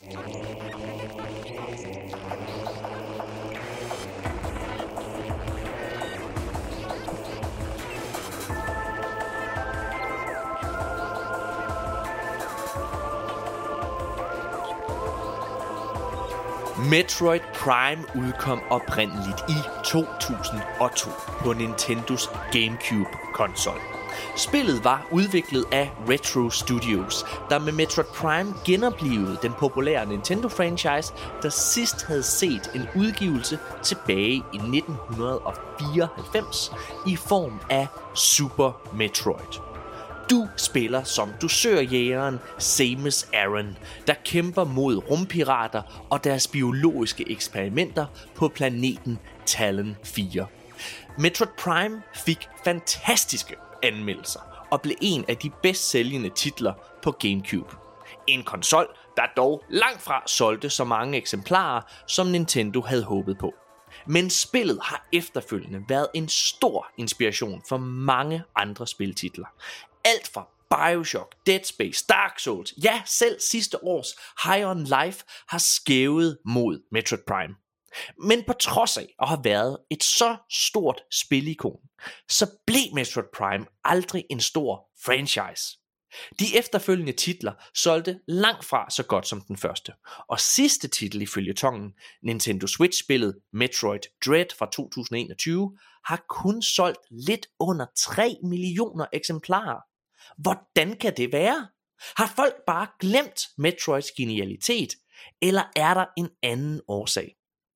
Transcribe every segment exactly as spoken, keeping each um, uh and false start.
Metroid Prime udkom oprindeligt i to tusind og to på Nintendos GameCube-konsol. Spillet var udviklet af Retro Studios, der med Metroid Prime genoplevede den populære Nintendo-franchise, der sidst havde set en udgivelse tilbage i nitten fireoghalvfems i form af Super Metroid. Du spiller som dusørjægeren Samus Aran, der kæmper mod rumpirater og deres biologiske eksperimenter på planeten Tallon fire. Metroid Prime fik fantastiske anmeldelser og blev en af de bedst sælgende titler på GameCube. En konsol, der dog langt fra solgte så mange eksemplarer, som Nintendo havde håbet på. Men spillet har efterfølgende været en stor inspiration for mange andre spiltitler. Alt fra BioShock, Dead Space, Dark Souls, ja selv sidste års High on Life har skævet mod Metroid Prime. Men på trods af at have været et så stort spilikon, så blev Metroid Prime aldrig en stor franchise. De efterfølgende titler solgte langt fra så godt som den første, og sidste titel i føljetongen, Nintendo Switch-spillet Metroid Dread fra to tusind og enogtyve, har kun solgt lidt under tre millioner eksemplarer. Hvordan kan det være? Har folk bare glemt Metroids genialitet, eller er der en anden årsag?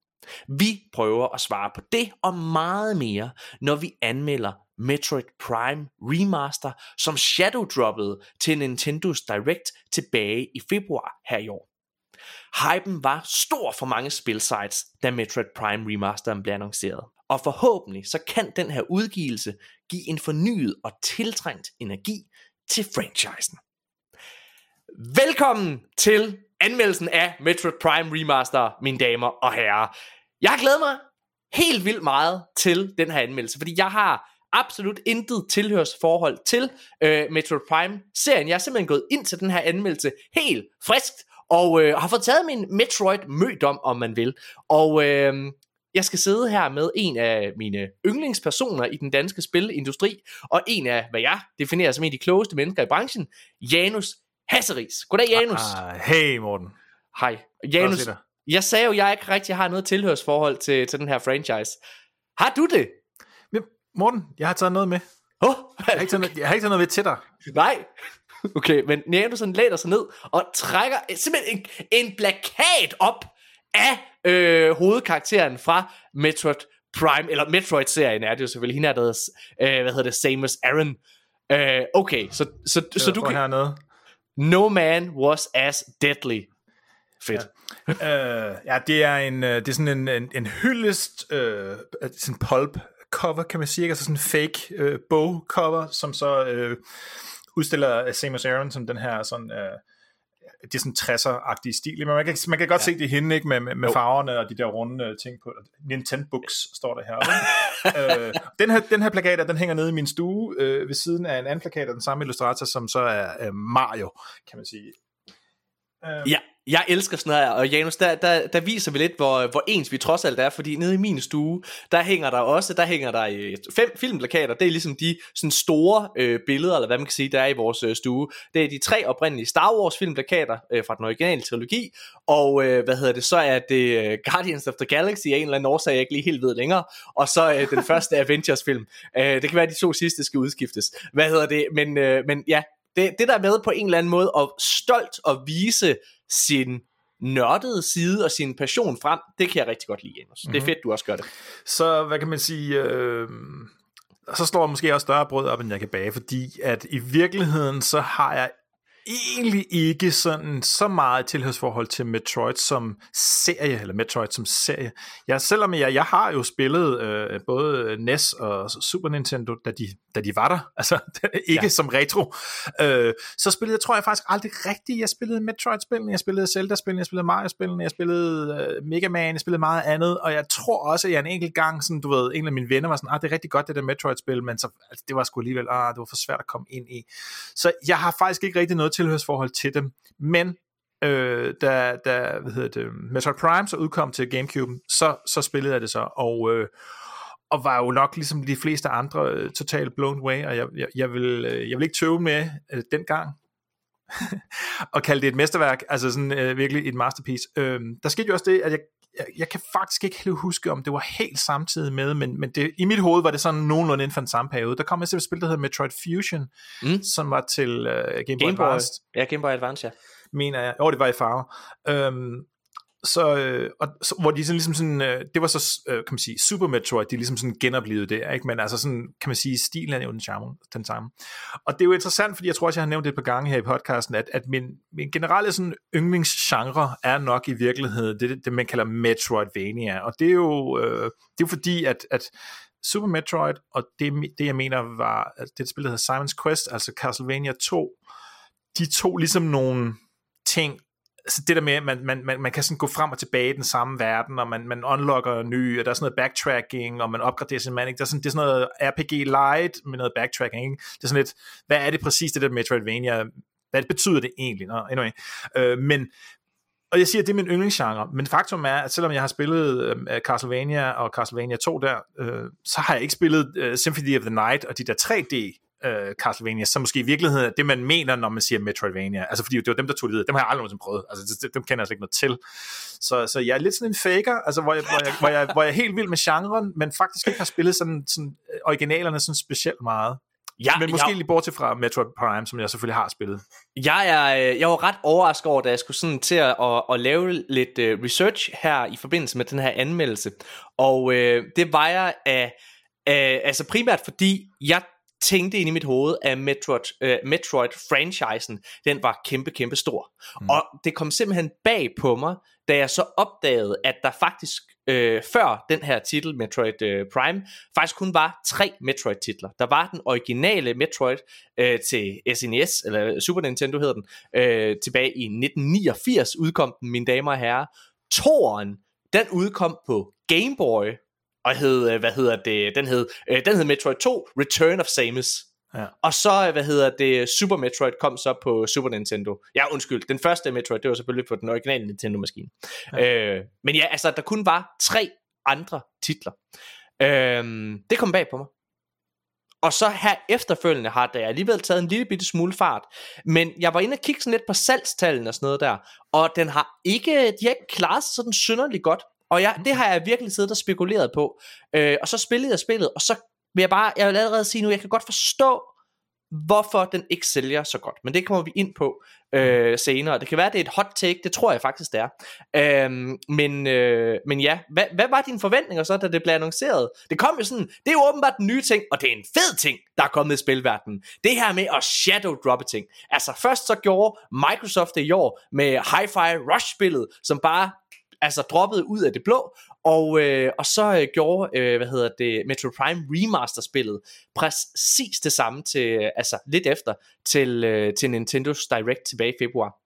Vi prøver at svare på det og meget mere, når vi anmelder Metroid Prime Remaster, som shadow-droppede til Nintendos Direct tilbage i februar her i år. Hypen var stor for mange spilsites, da Metroid Prime Remasteren blev annonceret. Og forhåbentlig så kan den her udgivelse give en fornyet og tiltrængt energi til franchisen. Velkommen til anmeldelsen af Metroid Prime Remaster, mine damer og herrer. Jeg har glædet mig helt vildt meget til den her anmeldelse, fordi jeg har absolut intet tilhørsforhold til øh, Metroid Prime-serien. Jeg er simpelthen gået ind til den her anmeldelse helt friskt, og øh, har fået taget min Metroid-mødom, om man vil. Og øh, jeg skal sidde her med en af mine yndlingspersoner i den danske spilindustri, og en af, hvad jeg definerer som en af de klogeste mennesker i branchen, Janus Hasseris. Goddag, Janus. Ah, hey, Morten. Hej. Janus, jeg sagde jo, at jeg ikke rigtig har noget tilhørsforhold til, til den her franchise. Har du det? Men, Morten, jeg har taget noget med. Oh, jeg, har ikke taget noget, jeg har ikke taget noget med til dig. Nej. Okay, men Janus sådan læner sig ned og trækker simpelthen en, en plakat op af øh, hovedkarakteren fra Metroid Prime, eller Metroid-serien er det jo selvfølgelig. Hende er der, øh, hvad hedder det, Samus Aran. Øh, okay, så, så, så, så du kan... Hernede. No man was as deadly. Fedt. Ja, uh, ja det er en det er sådan en en, en hyldest uh, sådan pulp cover, kan man sige, altså sådan en fake uh, bow cover, som så uh, udstiller Samus Aran som den her sådan uh, det er sådan tresser-agtige stil, men man kan, man kan godt ja. se det i hende, ikke, med, med, med farverne og de der runde ting på. Nintendo Books står der her. uh, den her. Den her plakat, den hænger nede i min stue uh, ved siden af en anden plakat af den samme illustrator, som så er uh, Mario, kan man sige. Uh, ja. Jeg elsker sådan noget, og Janus, der, der, der viser vi lidt, hvor, hvor ens vi trods alt er, fordi nede i min stue, der hænger der også, der hænger der øh, fem filmplakater, det er ligesom de sådan store øh, billeder, eller hvad man kan sige, der er i vores øh, stue. Det er de tre oprindelige Star Wars filmplakater øh, fra den originale trilogi, og øh, hvad hedder det, så er det øh, Guardians of the Galaxy, af en eller anden årsag, jeg ikke lige helt ved længere, og så øh, den første Avengers film. Øh, det kan være, de to sidste skal udskiftes. Hvad hedder det, men, øh, men ja, det, det der med på en eller anden måde, at stolt at vise sin nørdede side og sin passion frem, det kan jeg rigtig godt lide, Janus. Mm-hmm. Det er fedt, du også gør det. Så hvad kan man sige, øh, så slår jeg måske også større brød op, end jeg kan bage, fordi at i virkeligheden, så har jeg egentlig ikke sådan så meget tilhørsforhold til Metroid som serie, eller Metroid som serie. Jeg, selvom jeg, jeg har jo spillet øh, både N E S og Super Nintendo, da de, da de var der, altså ikke ja. som retro, øh, så spillede jeg, tror jeg faktisk aldrig rigtigt, jeg spillede Metroid-spillene, jeg spillede Zelda-spillene, jeg spillede Mario-spillene, jeg spillede øh, Mega Man, jeg spillede meget andet, og jeg tror også, at jeg en enkelt gang, sådan, du ved, en af mine venner var sådan, ah, det er rigtig godt, det der Metroid-spil, men så, altså, det var sgu alligevel, ah, det var for svært at komme ind i. Så jeg har faktisk ikke rigtig noget tilhørsforhold til dem, men øh, da, da hvad hedder det, Metroid Prime så udkom til GameCube, så, så spillede jeg det så, og, øh, og var jo nok ligesom de fleste andre øh, totalt blown away, og jeg, jeg, jeg, vil, øh, jeg vil ikke tøve med øh, dengang, og kalde det et mesterværk, altså sådan øh, virkelig et masterpiece. Øh, der skete jo også det, at jeg, jeg, jeg kan faktisk ikke helt huske, om det var helt samtidig med, men, men det, i mit hoved var det sådan nogenlunde inden for den samme periode. Der kom et spil, der hedder Metroid Fusion, mm. som var til øh, Game Boy Game Boy Advance. Ja, Game Boy Advance, ja. Mener jeg. Jo, det var i farve. Øhm, så, øh, og, så, hvor de sådan ligesom sådan, øh, det var så, øh, kan man sige, Super Metroid, de ligesom sådan genoplevede det, ikke? Men altså sådan, kan man sige, stilen er jo den samme, den samme. Og det er jo interessant, fordi jeg tror også, jeg har nævnt det et par gange her i podcasten, at, at min, min generelle sådan yndlingsgenre er nok i virkeligheden det, det man kalder Metroidvania, og det er jo, øh, det er jo fordi, at, at Super Metroid, og det, det jeg mener var, at det spil, der hedder Simon's Quest, altså Castlevania to, de to ligesom nogle ting, altså det der med, at man, man, man, man kan sådan gå frem og tilbage i den samme verden, og man, man unlocker nye, og der er sådan noget backtracking, og man opgraderer sin man, ikke? Der er sådan, det er sådan noget R P G light med noget backtracking, ikke? Det er sådan lidt, hvad er det præcis, det der Metroidvania, hvad betyder det egentlig? Nå, anyway. øh, men, og jeg siger, at det er min yndlingsgenre, men faktum er, at selvom jeg har spillet øh, Castlevania og Castlevania to der, øh, så har jeg ikke spillet øh, Symphony of the Night, og de der tre D Uh, Castlevania, som måske i virkeligheden er det, man mener, når man siger Metroidvania. Altså, fordi det var dem, der tog det videre. Dem har jeg aldrig nogensinde prøvet. Altså, dem, dem kender jeg slet ikke noget til. Så, så jeg er lidt sådan en faker, altså, hvor, jeg, hvor, jeg, hvor, jeg, hvor jeg er helt vild med genren, men faktisk ikke har spillet sådan, sådan originalerne sådan specielt meget. Ja, men måske jeg, lige bortset fra Metroid Prime, som jeg selvfølgelig har spillet. Jeg, er, jeg var ret overrasket over, da jeg skulle sådan til at, at, at lave lidt uh, research her i forbindelse med den her anmeldelse. Og uh, det var jeg af, uh, altså primært fordi jeg tænkte ind i mit hoved, at Metroid, øh, Metroid-franchisen, den var kæmpe, kæmpe stor. Mm. Og det kom simpelthen bag på mig, da jeg så opdagede, at der faktisk, øh, før den her titel, Metroid øh, Prime, faktisk kun var tre Metroid-titler. Der var den originale Metroid øh, til S N E S, eller Super Nintendo hedder den, øh, tilbage i nitten niogfirs udkom den, mine damer og herrer. Toren, den udkom på Game Boy, og hed, hvad hedder det, den hed, den hed Metroid to, Return of Samus. Ja. Og så, hvad hedder det, Super Metroid kom så på Super Nintendo. Ja, undskyld, den første Metroid, det var selvfølgelig på den originale Nintendo-maskine. Ja. Øh, men ja, altså, der kun var tre andre titler. Øh, det kom bag på mig. Og så her efterfølgende har der alligevel taget en lille bitte smule fart. Men jeg var inde og kigge sådan lidt på salgstallene og sådan noget der, og den har ikke, de har ikke klaret sig sådan synderligt godt. Og jeg, det har jeg virkelig siddet og spekuleret på. øh, Og så spillede jeg spillet, og så vil jeg bare, jeg vil allerede sige nu, jeg kan godt forstå, hvorfor den ikke sælger så godt. Men det kommer vi ind på øh, senere. Det kan være, det er et hot take, det tror jeg faktisk det er. øh, men, øh, men ja, hvad, hvad var dine forventninger så, da det blev annonceret? Det kom jo sådan, det er jo åbenbart en ny ting, og det er en fed ting, der er kommet i spilverdenen. Det her med at shadow droppe ting. Altså først så gjorde Microsoft det i år med Hi-Fi Rush-spillet, som bare altså droppet ud af det blå, og, øh, og så øh, gjorde, øh, hvad hedder det, Metroid Prime Remaster-spillet præcis det samme til, altså lidt efter, til, øh, til Nintendos Direct tilbage i februar.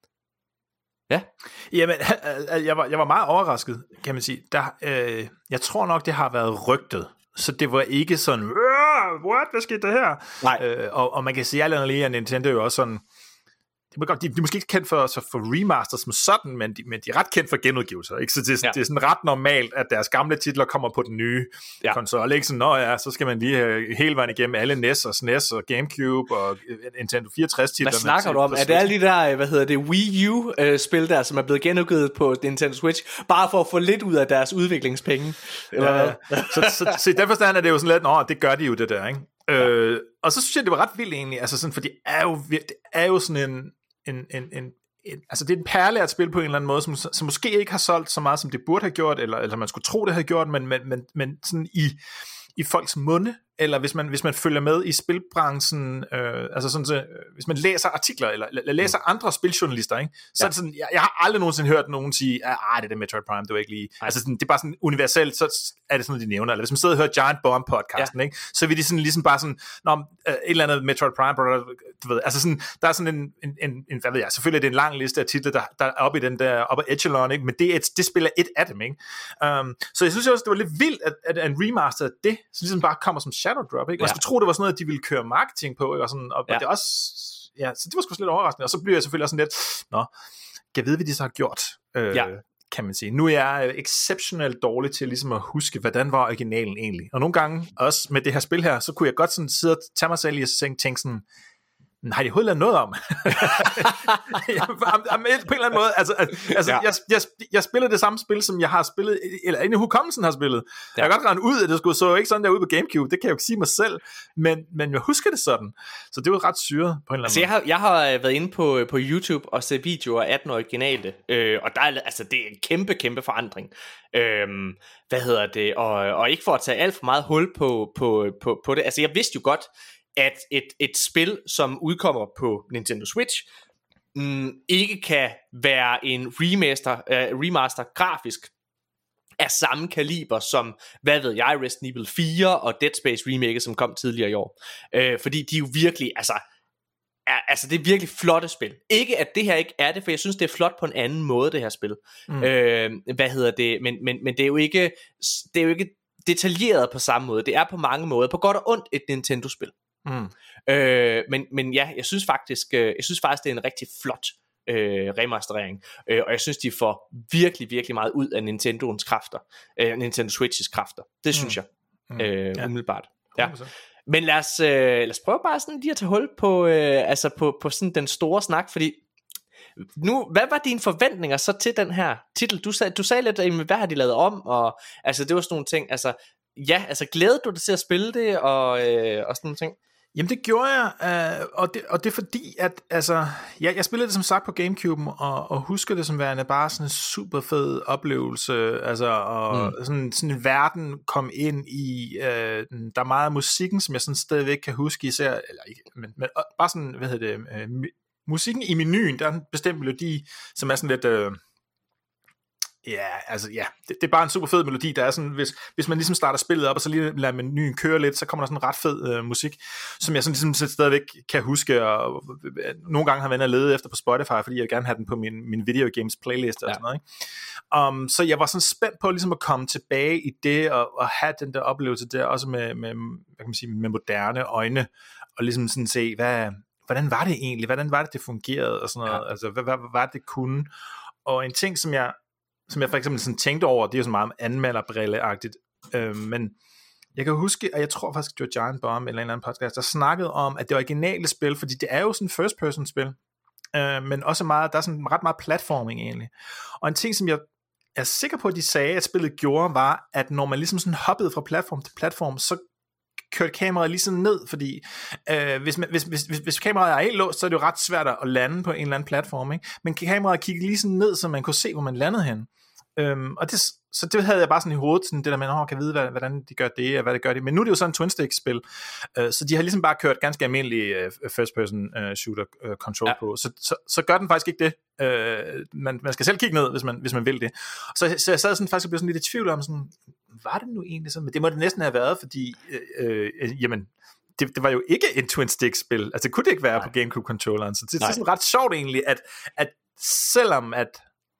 Ja. Jamen, jeg var, jeg var meget overrasket, kan man sige. Der, øh, jeg tror nok, det har været rygtet, så det var ikke sådan, what, hvad skete der her? Nej. Øh, og, og man kan sige, at Nintendo er jo også sådan, De er, de, de er måske ikke kendt for, for remasters som sådan, men de, men de er ret kendt for genudgivelser, ikke? Så det, ja. det er sådan ret normalt, at deres gamle titler kommer på den nye ja. konsol, ikke? Sådan, nå ja, så skal man lige have hele vejen igennem alle N E S og S N E S og GameCube og Nintendo fireogtres titlerne. Hvad snakker du om? Er det alle de der, hvad hedder det, Wii U-spil der, som er blevet genudgivet på Nintendo Switch, bare for at få lidt ud af deres udviklingspenge? Eller ja. så, så, så i den forstand er det jo sådan lidt, nå, det gør de jo det der, ikke? Ja. Øh, og så synes jeg, det var ret vildt egentlig, altså sådan, for det er jo, det er jo sådan en En, en, en, en, altså det er en perle at spille på en eller anden måde, som, som måske ikke har solgt så meget, som det burde have gjort, eller, eller man skulle tro, det havde gjort, men, men, men, men sådan i, i folks munde, eller hvis man, hvis man følger med i spilbranchen, øh, altså sådan, så, øh, hvis man læser artikler, eller, eller læser andre spiljournalister, ikke? Så ja. er det sådan, jeg, jeg har aldrig nogensinde hørt nogen sige, ah, det er Metroid Prime, det var ikke lige, Ej. altså sådan, det er bare sådan universelt, så er det sådan, de nævner, eller hvis man sidder og hører Giant Bomb podcasten, ja. ikke? Så vil de sådan ligesom bare sådan, nå, øh, et eller andet Metroid Prime, du ved, altså sådan, der er sådan en, en, en, en hvad ved jeg, selvfølgelig er det en lang liste af titler, der, der er oppe i den der, oppe af Echelon, ikke? Men det, er et, det spiller et af dem, ikke? Um, så jeg synes også, det var lidt vildt, at, at en remaster af det, så ligesom bare kommer som shadow drop, ikke? Man skulle tro, det var sådan noget, at de ville køre marketing på, ikke? Og, sådan, og, ja. og det er også, ja, så det var sgu lidt overraskende, og så bliver jeg selvfølgelig også sådan lidt, nå, kan vide, hvad de så har gjort, øh, ja. kan man sige. Nu er jeg exceptionelt dårlig til ligesom at huske, hvordan var originalen egentlig. Og nogle gange, også med det her spil her, så kunne jeg godt sådan sidde og tage mig selv i at tænke sådan, har de overhovedet lavet noget om? På en eller anden måde, altså, altså ja. jeg, jeg, jeg spillede det samme spil, som jeg har spillet, eller inde i hukommelsen har spillet. Ja. Jeg kan godt regne ud, at det skulle så ikke sådan der ude på GameCube, det kan jeg jo ikke sige mig selv, men, men jeg husker det sådan, så det var ret syret på en eller anden altså, måde. Jeg har, jeg har været inde på, på YouTube og set videoer af den originale, øh, og der er, altså, det er en kæmpe, kæmpe forandring. Øhm, hvad hedder det? Og, og ikke for at tage alt for meget hul på, på, på, på det, altså jeg vidste jo godt, at et, et spil, som udkommer på Nintendo Switch, mm, ikke kan være en remaster, uh, remaster grafisk af samme kaliber som, hvad ved jeg, Resident Evil fire og Dead Space remake, som kom tidligere i år. Uh, fordi de er jo virkelig, altså, er, altså det er virkelig flotte spil. Ikke at det her ikke er det, for jeg synes, det er flot på en anden måde, det her spil. Mm. Uh, hvad hedder det? Men, men, men det er jo ikke, det er jo ikke detaljeret på samme måde. Det er på mange måder, på godt og ondt, et Nintendo-spil. Mm. Øh, men, men ja, jeg synes faktisk øh, Jeg synes faktisk det er en rigtig flot øh, remasterering, øh, og jeg synes de får virkelig, virkelig meget ud af Nintendoens kræfter, øh, Nintendo Switches kræfter. Det synes mm. jeg øh, ja. umiddelbart ja. Men lad os, øh, lad os prøve bare sådan lige at tage hul på, øh, altså på, på sådan den store snak, fordi nu, hvad var dine forventninger så til den her titel? Du sagde, du sagde lidt, hvad har de lavet om, og altså det var sådan nogle ting, altså ja, altså glædede du dig til at spille det, og, øh, og sådan nogle ting? Jamen det gjorde jeg, øh, og, det, og det er fordi, at altså, jeg, jeg spillede det som sagt på GameCube'en, og, og husker det som værende bare sådan en super fed oplevelse, altså, og mm. sådan, sådan en verden kom ind i, øh, der er meget af musikken, som jeg sådan stadigvæk kan huske, især, eller ikke, men, men bare sådan, hvad hedder det, øh, musikken i menuen, der er en bestemt melodi, som er sådan lidt... Øh, Ja, altså ja, det, det er bare en super fed melodi, der er sådan, hvis, hvis man ligesom starter spillet op, og så lige lader menuen køre lidt, så kommer der sådan en ret fed øh, musik, som jeg sådan ligesom stadigvæk kan huske, og øh, nogle gange har været at lede efter på Spotify, fordi jeg vil gerne have den på min, min video games playlist og ja. sådan noget, ikke? Um, så jeg var sådan spændt på ligesom at komme tilbage i det, og, og have den der oplevelse der, også med, med, hvad kan man sige, med moderne øjne, og ligesom sådan se, hvad, hvordan var det egentlig, hvordan var det, det fungerede, og sådan noget, ja. altså hvad, hvad, hvad var det, det kunne, og en ting, som jeg som jeg for eksempel sådan tænkte over, det er jo så meget anmelderbrille-agtigt, øh, men jeg kan huske, og jeg tror faktisk, det var Giant Bomb eller en eller anden podcast, der snakkede om, at det originale spil, fordi det er jo sådan et first-person spil, øh, men også meget, der er sådan ret meget platforming egentlig, og en ting, som jeg er sikker på, at de sagde, at spillet gjorde, var, at når man ligesom sådan hoppede fra platform til platform, så kørte kameraet lige sådan ned, fordi øh, hvis, man, hvis, hvis, hvis, hvis kameraet er helt låst, så er det jo ret svært at lande på en eller anden platform, ikke? Men kameraet kiggede lige sådan ned, så man kunne se, hvor man landede hen. Øhm, og det, så det havde jeg bare sådan i hovedet, sådan det der med, at kan vide, hvad, hvordan de gør det, og hvad det gør det. Men nu er det jo sådan en twin-stick-spil, øh, så de har ligesom bare kørt ganske almindelig øh, first-person øh, shooter øh, control ja. på, så, så, så gør den faktisk ikke det. Øh, man, man skal selv kigge ned, hvis man, hvis man vil det. Så, så jeg sad sådan faktisk og blev sådan lidt i tvivl om, sådan, var det nu egentlig sådan? Men det må det næsten have været, fordi øh, øh, jamen, det, det var jo ikke en twin-stick-spil. Altså det kunne det ikke være Nej. på GameCube-controlleren, så det, det er sådan ret sjovt egentlig, at, at selvom at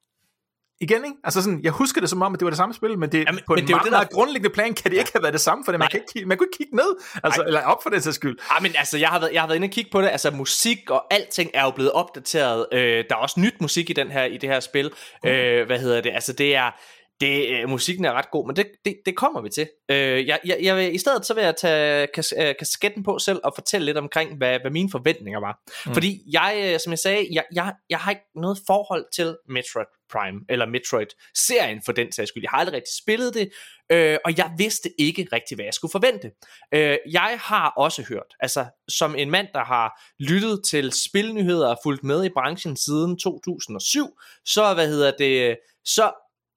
igen, ikke? Altså sådan, jeg husker det som om, at det var det samme spil, men det, Jamen, på men en det meget, det, der... meget grundlæggende plan kan det ja. ikke have været det samme, for det. Man, kan ikke, man kunne ikke kigge ned, altså, eller op for det til skyld. Ja, men altså, jeg har, været, jeg har været inde og kigge på det, altså musik og alting er jo blevet opdateret, øh, der er også nyt musik i, den her, i det her spil, mm. øh, hvad hedder det, altså det er, det, øh, musikken er ret god, men det, det, det kommer vi til. Øh, jeg, jeg, jeg vil, i stedet så vil jeg tage kas, øh, kasketten på selv og fortælle lidt omkring, hvad, hvad mine forventninger var. Mm. Fordi jeg, som jeg sagde, jeg, jeg, jeg har ikke noget forhold til Metroid Prime, eller Metroid-serien for den sags skyld. Jeg har aldrig rigtig spillet det, øh, og jeg vidste ikke rigtig, hvad jeg skulle forvente. Øh, jeg har også hørt, altså som en mand, der har lyttet til spilnyheder og fulgt med i branchen siden to tusind og syv, så hvad hedder det, så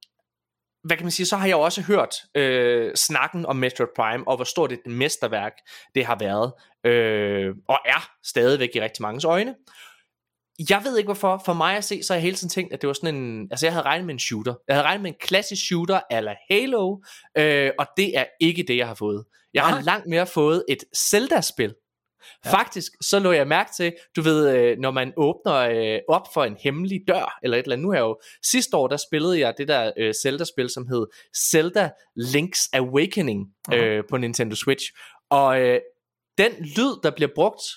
hvad kan man sige, så har jeg også hørt øh, snakken om Metroid Prime, og hvor stort et mesterværk det har været, øh, og er stadigvæk i rigtig manges øjne. Jeg ved ikke hvorfor, for mig at se, så har jeg hele tiden tænkt, at det var sådan en, altså jeg havde regnet med en shooter, jeg havde regnet med en klassisk shooter a la Halo, øh, og det er ikke det, jeg har fået. Jeg har langt mere fået et Zelda-spil. Ja. Faktisk så lå jeg mærke til, du ved, når man åbner øh, op for en hemmelig dør eller et eller andet. Nu her jo sidste år der spillede jeg det der øh, Zelda-spil, som hed Zelda Link's Awakening øh, på Nintendo Switch, og øh, den lyd der bliver brugt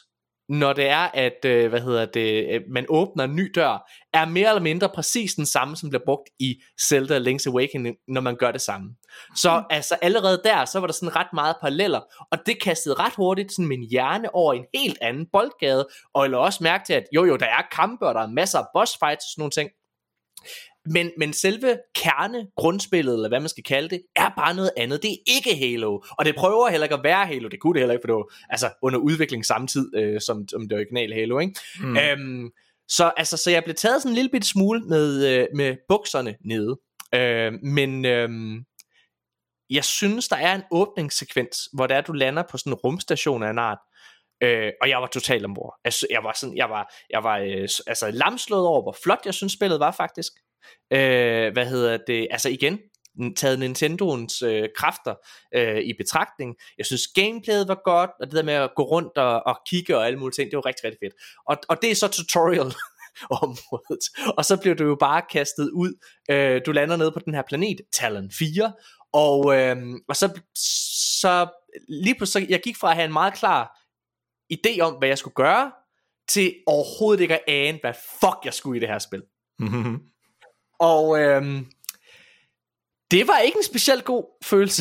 når det er, at øh, hvad hedder det, man åbner en ny dør, er mere eller mindre præcis den samme, som bliver brugt i Zelda Link's Awakening, når man gør det samme. Så mm. altså allerede der, så var der sådan ret meget paralleller, og det kastede ret hurtigt sådan min hjerne over en helt anden boldgade, og jeg lå også mærke til, at jo jo, der er kampe, og der er masser af boss fights og sådan nogle ting, Men, men selve kerne, grundspillet, eller hvad man skal kalde det, er bare noget andet. Det er ikke Halo, og det prøver heller ikke at være Halo. Det kunne det heller ikke, for det var altså, under udvikling samtidig øh, som, som det originale Halo, ikke? Mm. Øhm, så, altså, så jeg blev taget sådan en lille bitte smule med, øh, med bukserne nede. Øh, men øh, jeg synes, der er en åbningssekvens, hvor der du lander på sådan en rumstation af en art. Øh, og jeg var totalt ombord. Altså, jeg var sådan, jeg var, jeg var øh, altså lamslået over, hvor flot jeg synes spillet var faktisk. Øh, hvad hedder det? Altså igen, taget Nintendoens øh, kræfter øh, i betragtning. Jeg synes gameplayet var godt, og det der med at gå rundt og, og kigge og alle mulige ting, det var rigtig, rigtig fedt. Og, og det er så tutorial området. Og så bliver du jo bare kastet ud. Øh, du lander nede på den her planet, Talon fire, og, øh, og så, så lige pludselig, jeg gik fra at have en meget klar idé om, hvad jeg skulle gøre, til overhovedet ikke at ane, hvad fuck jeg skulle i det her spil. Mm-hmm. Og øhm, det var ikke en specielt god følelse.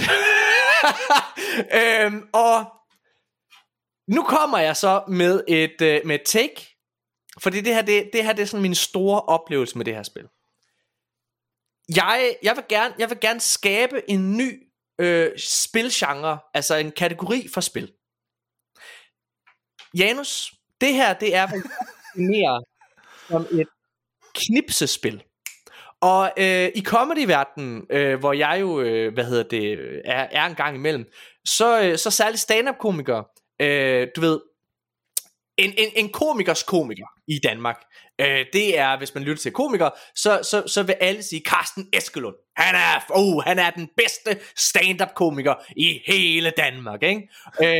øhm, og nu kommer jeg så med et, øh, med et take, fordi det her, det, det her det er sådan min store oplevelse med det her spil. Jeg, jeg, vil, gerne, jeg vil gerne skabe en ny øh, spilgenre, altså en kategori for spil. Janus, det her, det er mere som et knipsespil. Og øh, i comedy-verdenen, øh, hvor jeg jo, øh, hvad hedder det, er, er en gang imellem, så, øh, så særligt stand-up-komikere, øh, du ved, en, en, en komikers komiker i Danmark, øh, det er, hvis man lytter til komikere, så, så, så vil alle sige, Carsten Eskelund, han er, oh, han er den bedste stand-up-komiker i hele Danmark, ikke? Øh,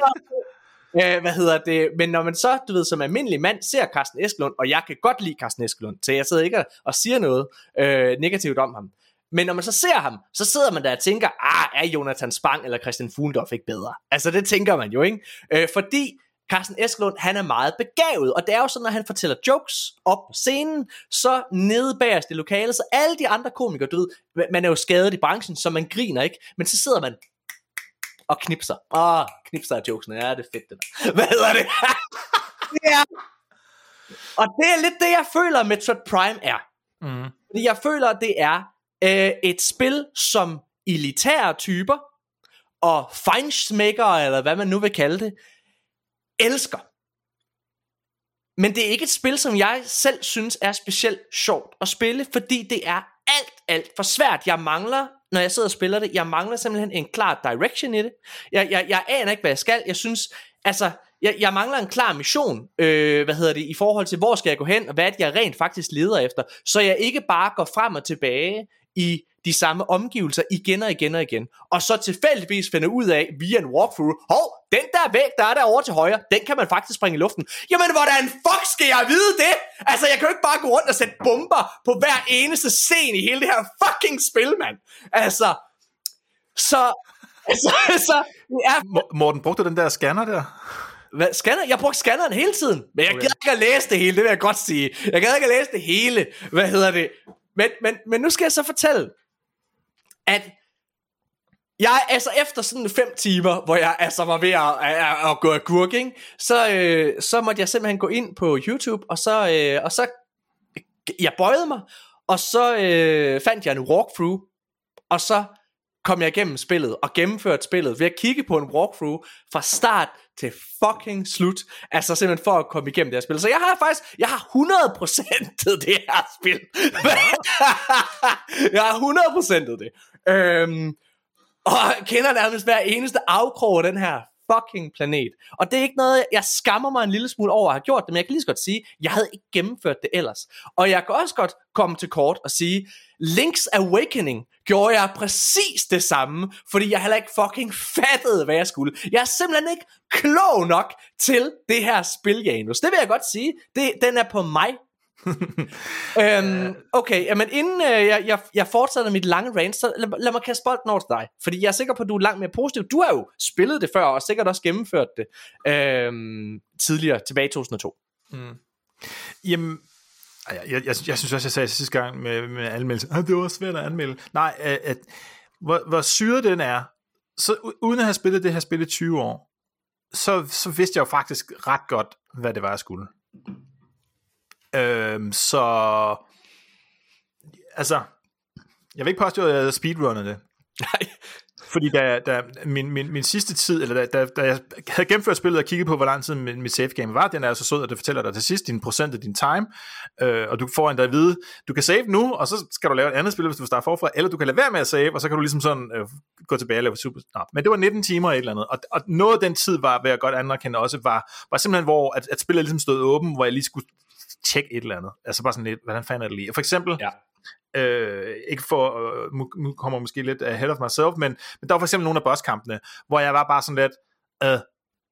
Øh, hvad hedder det? Men når man så, du ved, som almindelig mand ser Carsten Eskelund, og jeg kan godt lide Carsten Eskelund, så jeg sidder ikke og siger noget øh, negativt om ham. Men når man så ser ham, så sidder man der og tænker, ah, er Jonathan Spang eller Christian Fuglendorf ikke bedre? Altså det tænker man jo, ikke? Øh, fordi Carsten Eskelund, han er meget begavet, og det er jo sådan, når han fortæller jokes op på scenen, så nede bagerst i lokalet, så alle de andre komikere, du ved, man er jo skadet i branchen, så man griner ikke, men så sidder man og knipser. Åh, oh, knipser af jokesene. Ja, det er fedt det der. Hvad hedder det? Ja. Og det er lidt det, jeg føler, Metroid Prime er. Mm. Fordi jeg føler, det er øh, et spil, som elitære typer og feinschmeckere, eller hvad man nu vil kalde det, elsker. Men det er ikke et spil, som jeg selv synes er specielt sjovt at spille, fordi det er alt, alt for svært. Jeg mangler, når jeg sidder og spiller det, jeg mangler simpelthen en klar direction i det. Jeg, jeg, jeg aner ikke, hvad jeg skal. Jeg synes, altså, jeg, jeg mangler en klar mission, øh, hvad hedder det, i forhold til, hvor skal jeg gå hen, og hvad er det, jeg rent faktisk leder efter. Så jeg ikke bare går frem og tilbage i de samme omgivelser igen og igen og igen, og så tilfældigvis finder ud af via en walkthrough, hov, den der væg, der er derovre til højre, den kan man faktisk springe i luften. Jamen, hvordan fuck skal jeg vide det? Altså, jeg kan jo ikke bare gå rundt og sætte bomber på hver eneste scene i hele det her fucking spil, mand. Altså, så, så, så, ja. Morten, brugte du den der scanner der? Hvad, scanner? Jeg brugte scanneren hele tiden, men jeg okay. gad ikke at læse det hele, det vil jeg godt sige. Jeg gad ikke at læse det hele, hvad hedder det? Men, men, men nu skal jeg så fortælle, at jeg, altså efter sådan fem timer, hvor jeg altså var ved at, at, at gå agurk, ikke? Så, øh, så måtte jeg simpelthen gå ind på YouTube, og så, øh, og så jeg bøjede mig, og så øh, fandt jeg en walkthrough, og så kom jeg igennem spillet, og gennemførte spillet, ved at kigge på en walkthrough, fra start til fucking slut, altså simpelthen for at komme igennem det her spil. Så jeg har faktisk, jeg har hundrede procent det her spil. Jeg har hundrede procent det. Øhm, og kender nærmest hver eneste afkrog af den her fucking planet. Og det er ikke noget, jeg skammer mig en lille smule over at have gjort det, men jeg kan lige så godt sige, jeg havde ikke gennemført det ellers. Og jeg kan også godt komme til kort og sige, Link's Awakening gjorde jeg præcis det samme, fordi jeg heller ikke fucking fattede, hvad jeg skulle. Jeg er simpelthen ikke klog nok til det her spil, Janus. Det vil jeg godt sige. Det, den er på mig. øhm, okay, jamen inden øh, jeg, jeg, jeg fortsætter mit lange rant, så lad, lad mig kaste bolden over til dig. Fordi jeg er sikker på, at du er langt mere positiv. Du har jo spillet det før, og sikkert også gennemført det øhm, tidligere, tilbage i to tusind og to. Mm. Jamen, jeg, jeg, jeg, jeg synes også, jeg sagde sidste gang med, med anmeldelse, at det var svært at anmelde. Nej, at, at hvor, hvor syret den er, så uden at have spillet det her spil i tyve år, så, så vidste jeg jo faktisk ret godt, hvad det var, jeg skulle. Øhm, så altså jeg vil ikke påstå, at jeg speedrunner det. Nej. Fordi da, da min, min, min sidste tid, eller da, da, da jeg havde gennemført spillet og kigget på, hvor lang tid mit, mit save game var, den er så sød, at det fortæller dig til sidst din procent af din time, øh, og du får endda at vide, du kan save nu, og så skal du lave et andet spil, hvis du starter forfra, eller du kan lade være med at save, og så kan du ligesom sådan øh, gå tilbage og lave super. Nå, men det var nitten timer og et eller andet, og, og noget af den tid var, hvad jeg godt anerkende også, var, var simpelthen, hvor at, at spillet ligesom stod åben, hvor jeg lige skulle tjekke et eller andet, altså bare sådan lidt, hvordan fanden er det lige, for eksempel, ja. Øh, ikke for, øh, nu kommer måske lidt ahead of myself, men, men der var for eksempel nogle af bosskampene, hvor jeg var bare sådan lidt, øh, jeg,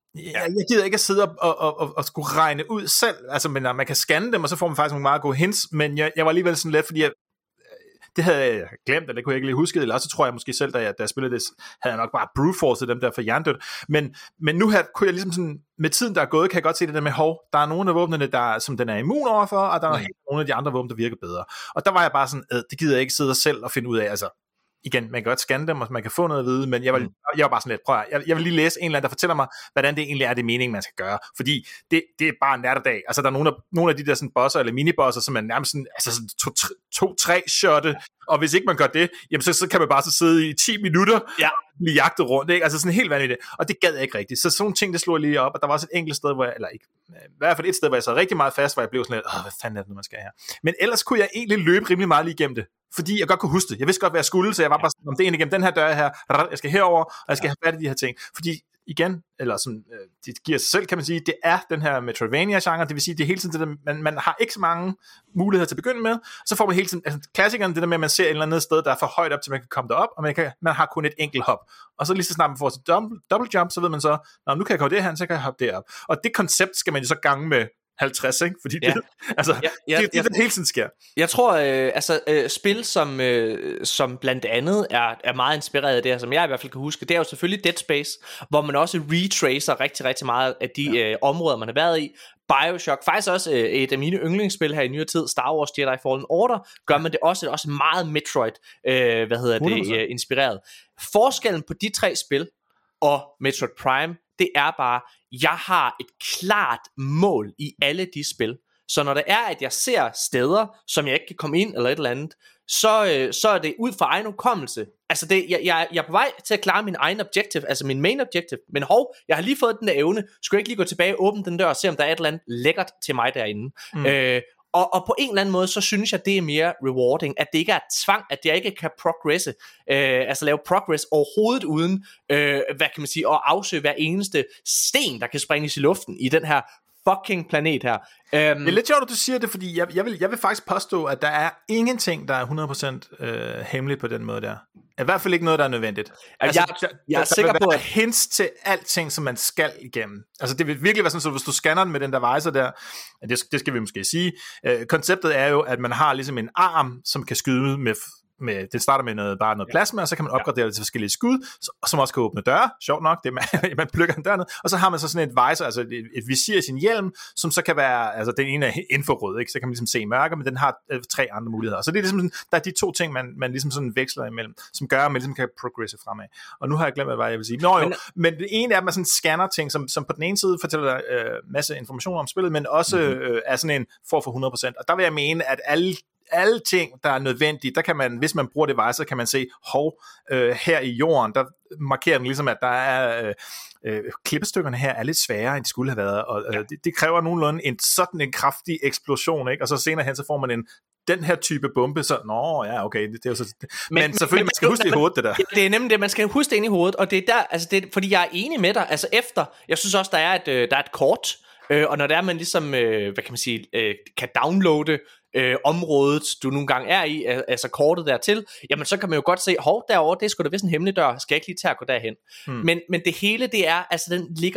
jeg gider ikke at sidde og, og, og, og skulle regne ud selv, altså men, man kan scanne dem, og så får man faktisk nogle meget gode hints, men jeg, jeg var alligevel sådan lidt, fordi jeg, det havde jeg glemt, og det kunne jeg ikke lige huske, eller så tror jeg måske selv, da jeg, da jeg spillede det, havde jeg nok bare brute forced dem der for hjernedødt, men, men nu her kunne jeg ligesom sådan, med tiden der er gået, kan jeg godt se det der med, hov, der er nogle af våbnene, der, som den er immun overfor, og der er mm. nogle af de andre våben, der virker bedre, og der var jeg bare sådan, det gider jeg ikke sidde selv og finde ud af, altså, igen, man kan godt scanne dem, og man kan få noget at vide, men jeg var, jeg var bare sådan lidt, prøv at, jeg, jeg vil lige læse en eller anden, der fortæller mig, hvordan det egentlig er, det mening, man skal gøre, fordi det, det er bare en natterdag, altså der er nogle af, nogle af de der sådan bosser, eller minibosser, som er nærmest sådan, altså sådan to-tre to, shotte, og hvis ikke man gør det, jamen så, så kan man bare så sidde i ti minutter, ja. Blive jagtet rundt, ikke? Altså sådan helt vanvittigt, og det gad jeg ikke rigtigt, så sådan nogle ting, det slog jeg lige op, og der var også et enkelt sted, hvor jeg, eller ikke, i hvert fald et sted, hvor jeg sad rigtig meget fast, hvor jeg blev sådan lidt, åh, hvad fanden er det nu, man skal her, men ellers kunne jeg egentlig løbe rimelig meget lige igennem det, fordi jeg godt kunne huske det. Jeg vidste godt, hvad jeg skulle, så jeg var bare sådan, om det er egentlig gennem den her dør her, jeg skal herover, og jeg skal have fat i de her ting. Fordi igen, eller sådan, det giver sig selv, kan man sige, det er den her Metroidvania-genre, det vil sige, det er hele tiden det der, man, man har ikke så mange muligheder til at begynde med, så får man hele tiden, altså klassikeren, det der med, at man ser et eller andet sted, der er for højt op, til man kan komme derop, og man, kan, man har kun et enkelt hop. Og så lige så snart man får sit double, double jump, så ved man så, nu kan jeg komme derhen, så kan jeg hoppe derop. Og det koncept skal man jo så gange med halvtreds, ikke? Fordi ja. det, altså, ja, ja, det, det, det, det hele tiden sker. Jeg tror, øh, altså øh, spil, som, øh, som blandt andet er, er meget inspireret af det her, som jeg i hvert fald kan huske, det er jo selvfølgelig Dead Space, hvor man også retracer rigtig, rigtig meget af de ja. øh, områder, man har været i. BioShock, faktisk også øh, et af mine yndlingsspil her i nyere tid, Star Wars Jedi Fallen Order, gør man det også, det er også meget Metroid, øh, hvad hedder det, øh, inspireret. Forskellen på de tre spil og Metroid Prime, det er bare, jeg har et klart mål i alle de spil. Så når det er, at jeg ser steder, som jeg ikke kan komme ind eller et eller andet, så, øh, så er det ud fra egen hukommelse. Altså det, jeg, jeg, jeg er på vej til at klare min egen objective, altså min main objective. Men hov, jeg har lige fået den der evne. Skulle jeg ikke lige gå tilbage, åbne den dør og se, om der er et eller andet lækkert til mig derinde. Mm. Øh, Og, og på en eller anden måde, så synes jeg, det er mere rewarding, at det ikke er tvang, at jeg ikke kan progresse, øh, altså lave progress overhovedet uden, øh, hvad kan man sige, at afsøge hver eneste sten, der kan springes i luften i den her fucking planet her. Um, det er lidt sjovt, at du siger det, fordi jeg, jeg, vil, jeg vil faktisk påstå, at der er ingenting, der er hundrede procent øh, hemmeligt på den måde der. I hvert fald ikke noget, der er nødvendigt. Altså, jeg, jeg, jeg er der, sikker der på, at hints til alting, som man skal igennem. Altså det vil virkelig være sådan, så hvis du scanner den med den der visor der, det, det skal vi måske sige, øh, konceptet er jo, at man har ligesom en arm, som kan skyde med, med det starter med noget, bare noget plasma, og så kan man opgradere ja. det til forskellige skud, som også kan åbne døre, sjovt nok, det er, man, man plukker den derned, og så har man så sådan et visor, altså et, et visir i sin hjelm, som så kan være, altså den ene er infrarød, ikke? Så kan man ligesom se i mørke, men den har øh, tre andre muligheder, så det er ligesom sådan, der er de to ting, man, man ligesom sådan veksler imellem, som gør, at man ligesom kan progresse fremad, og nu har jeg glemt, hvad jeg vil sige. Nå jo, men, men det ene er, at man sådan scanner ting, som, som på den ene side fortæller dig øh, masse information om spillet, men også mm-hmm. øh, er sådan en for for hundrede procent, og der vil jeg mene, at alle alle ting, der er nødvendige, der kan man, hvis man bruger det vej, så kan man se, hov, øh, her i jorden, der markerer den ligesom, at der er, øh, øh, klippestykkerne her er lidt sværere, end de skulle have været, og øh, det, det kræver nogenlunde en sådan en kraftig eksplosion, ikke? Og så senere hen, så får man en, den her type bombe, så, nå, ja, okay, det, det er jo så, men, men selvfølgelig, men, man skal huske det i hovedet, det der. Det er nemlig det, man skal huske det ind i hovedet, og det er der, altså det, fordi jeg er enig med dig, altså efter, jeg synes også, der er et, der er et kort, øh, og når der er man ligesom, øh, hvad kan man sige, øh, kan downloade Øh, området, du nogle gange er i, altså kortet dertil, jamen så kan man jo godt se, hov, derovre, det er sgu da vist en hemmelig dør, skal jeg ikke lige tage at gå derhen. Hmm. Men, men det hele, det er, altså den ligger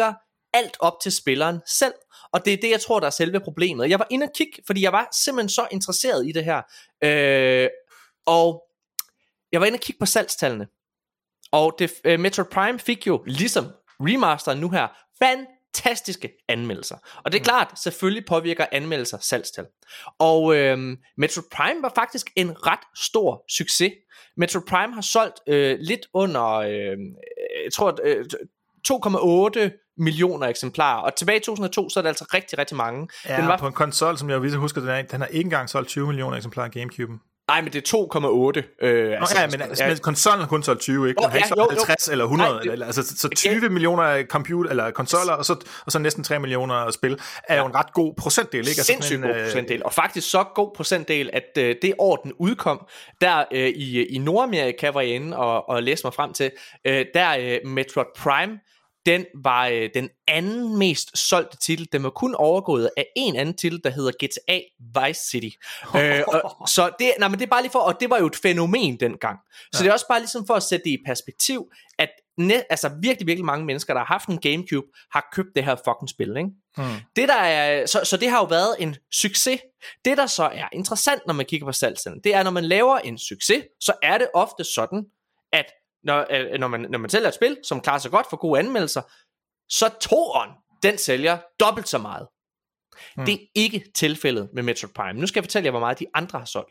alt op til spilleren selv. Og det er det, jeg tror, der er selve problemet. Jeg var inde og kigge, fordi jeg var simpelthen så interesseret i det her. Øh, og jeg var inde og kigge på salgstallene. Og det, uh, Metroid Prime fik jo, ligesom remasteren nu her, fantastiske anmeldelser. Og det er klart, selvfølgelig påvirker anmeldelser salgstal. Og øh, Metroid Prime var faktisk en ret stor succes. Metroid Prime har solgt øh, lidt under, øh, jeg tror, øh, to komma otte millioner eksemplarer. Og tilbage i to tusind og to, så er det altså rigtig, rigtig mange. Ja, den var på en konsol, som jeg jo husker, den, er, den har ikke engang solgt tyve millioner eksemplarer af GameCube'en. Nej, men det er to komma otte. Øh, Nå, altså, ja, men altså, ja. konsollen har kun solgt tyve, ikke? Den oh, har ikke ja, solgt jo, halvtreds jo. eller hundrede, Nej, det, eller, altså så tyve okay. millioner computer eller konsoller, og så, og så næsten tre millioner spil, er ja. jo en ret god procentdel, ikke? Altså sindssygt god øh... procentdel, og faktisk så god procentdel, at øh, det år den udkom, der øh, i, i Nordamerika var jeg inde og, og læste mig frem til, øh, der øh, Metroid Prime, den var øh, den anden mest solgte titel. Den var kun overgået af en anden titel, der hedder G T A Vice City. øh, og, så det, nej, men det er bare lige for, og det var jo et fænomen dengang. Så ja. det er også bare ligesom for at sætte det i perspektiv, at net, altså virkelig, virkelig mange mennesker, der har haft en GameCube, har købt det her fucking spil, ikke? Hmm. Det der er, så, så det har jo været en succes. Det der så er interessant, når man kigger på salgstallene, det er, når man laver en succes, så er det ofte sådan, at Når, øh, når, man, når man sælger et spil, som klarer sig godt for gode anmeldelser, så toeren, den sælger dobbelt så meget. Mm. Det er ikke tilfældet med Metroid Prime. Nu skal jeg fortælle jer, hvor meget de andre har solgt.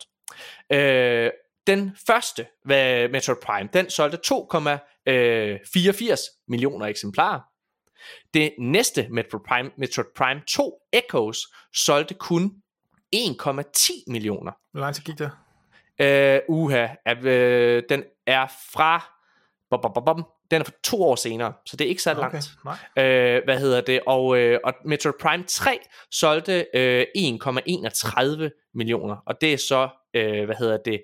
Øh, den første Metroid Prime, den solgte to komma fireogfirs millioner eksemplarer. Det næste Metroid Prime, Metroid Prime to Echoes, solgte kun en komma ti millioner. Hvor lang tid gik det? Øh, uha, øh, den er fra bom, bom, bom, bom. Den er for to år senere, så det er ikke så okay, langt. Øh, hvad hedder det? Og, øh, og Metroid Prime tre solgte øh, en komma enogtredive millioner, og det er så øh, hvad hedder det?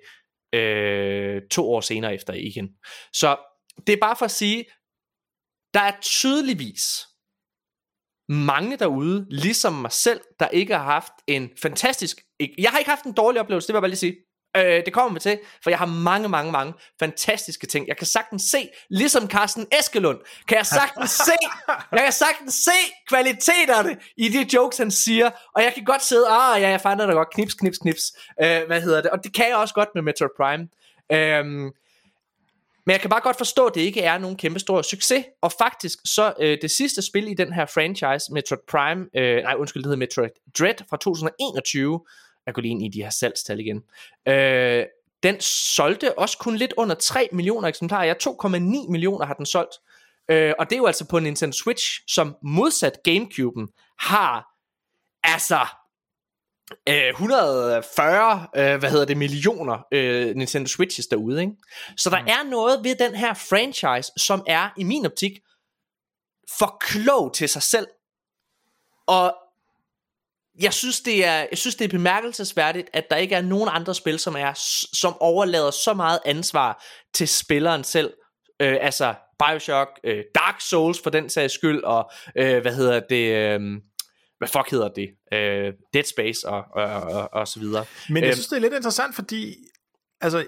Øh, to år senere efter igen. Så det er bare for at sige, der er tydeligvis mange derude, ligesom mig selv, der ikke har haft en fantastisk. Jeg har ikke haft en dårlig oplevelse, det vil jeg bare lige sige. Øh, det kommer vi til, for jeg har mange, mange, mange fantastiske ting. Jeg kan sagtens se, ligesom Carsten Eskelund, kan jeg sagtens se, jeg kan sagtens se kvaliteterne i de jokes, han siger, og jeg kan godt sidde, ah ja, jeg fandt det godt, knips, knips, knips, øh, hvad hedder det, og det kan jeg også godt med Metroid Prime. Øh, men jeg kan bare godt forstå, at det ikke er nogen kæmpe stor succes, og faktisk så øh, det sidste spil i den her franchise, Metroid Prime, øh, nej undskyld, det hedder Metroid Dread fra to tusind og enogtyve, jeg går lige ind i de her salgstal igen. Øh, den solgte også kun lidt under tre millioner eksemplarer. Ja, to komma ni millioner har den solgt. Øh, og det er jo altså på Nintendo Switch, som modsat GameCube'en har altså øh, et hundrede og fyrre øh, hvad hedder det, millioner øh, Nintendo Switches derude, ikke? Så der mm. er noget ved den her franchise, som er i min optik for klog til sig selv. Og Jeg synes, det er, jeg synes, det er bemærkelsesværdigt, at der ikke er nogen andre spil, som, er, som overlader så meget ansvar til spilleren selv. Øh, altså Bioshock, øh, Dark Souls for den sags skyld, og øh, hvad hedder det, øh, hvad fuck hedder det, øh, Dead Space og, og, og, og så videre. Men jeg synes, det er lidt interessant, fordi altså,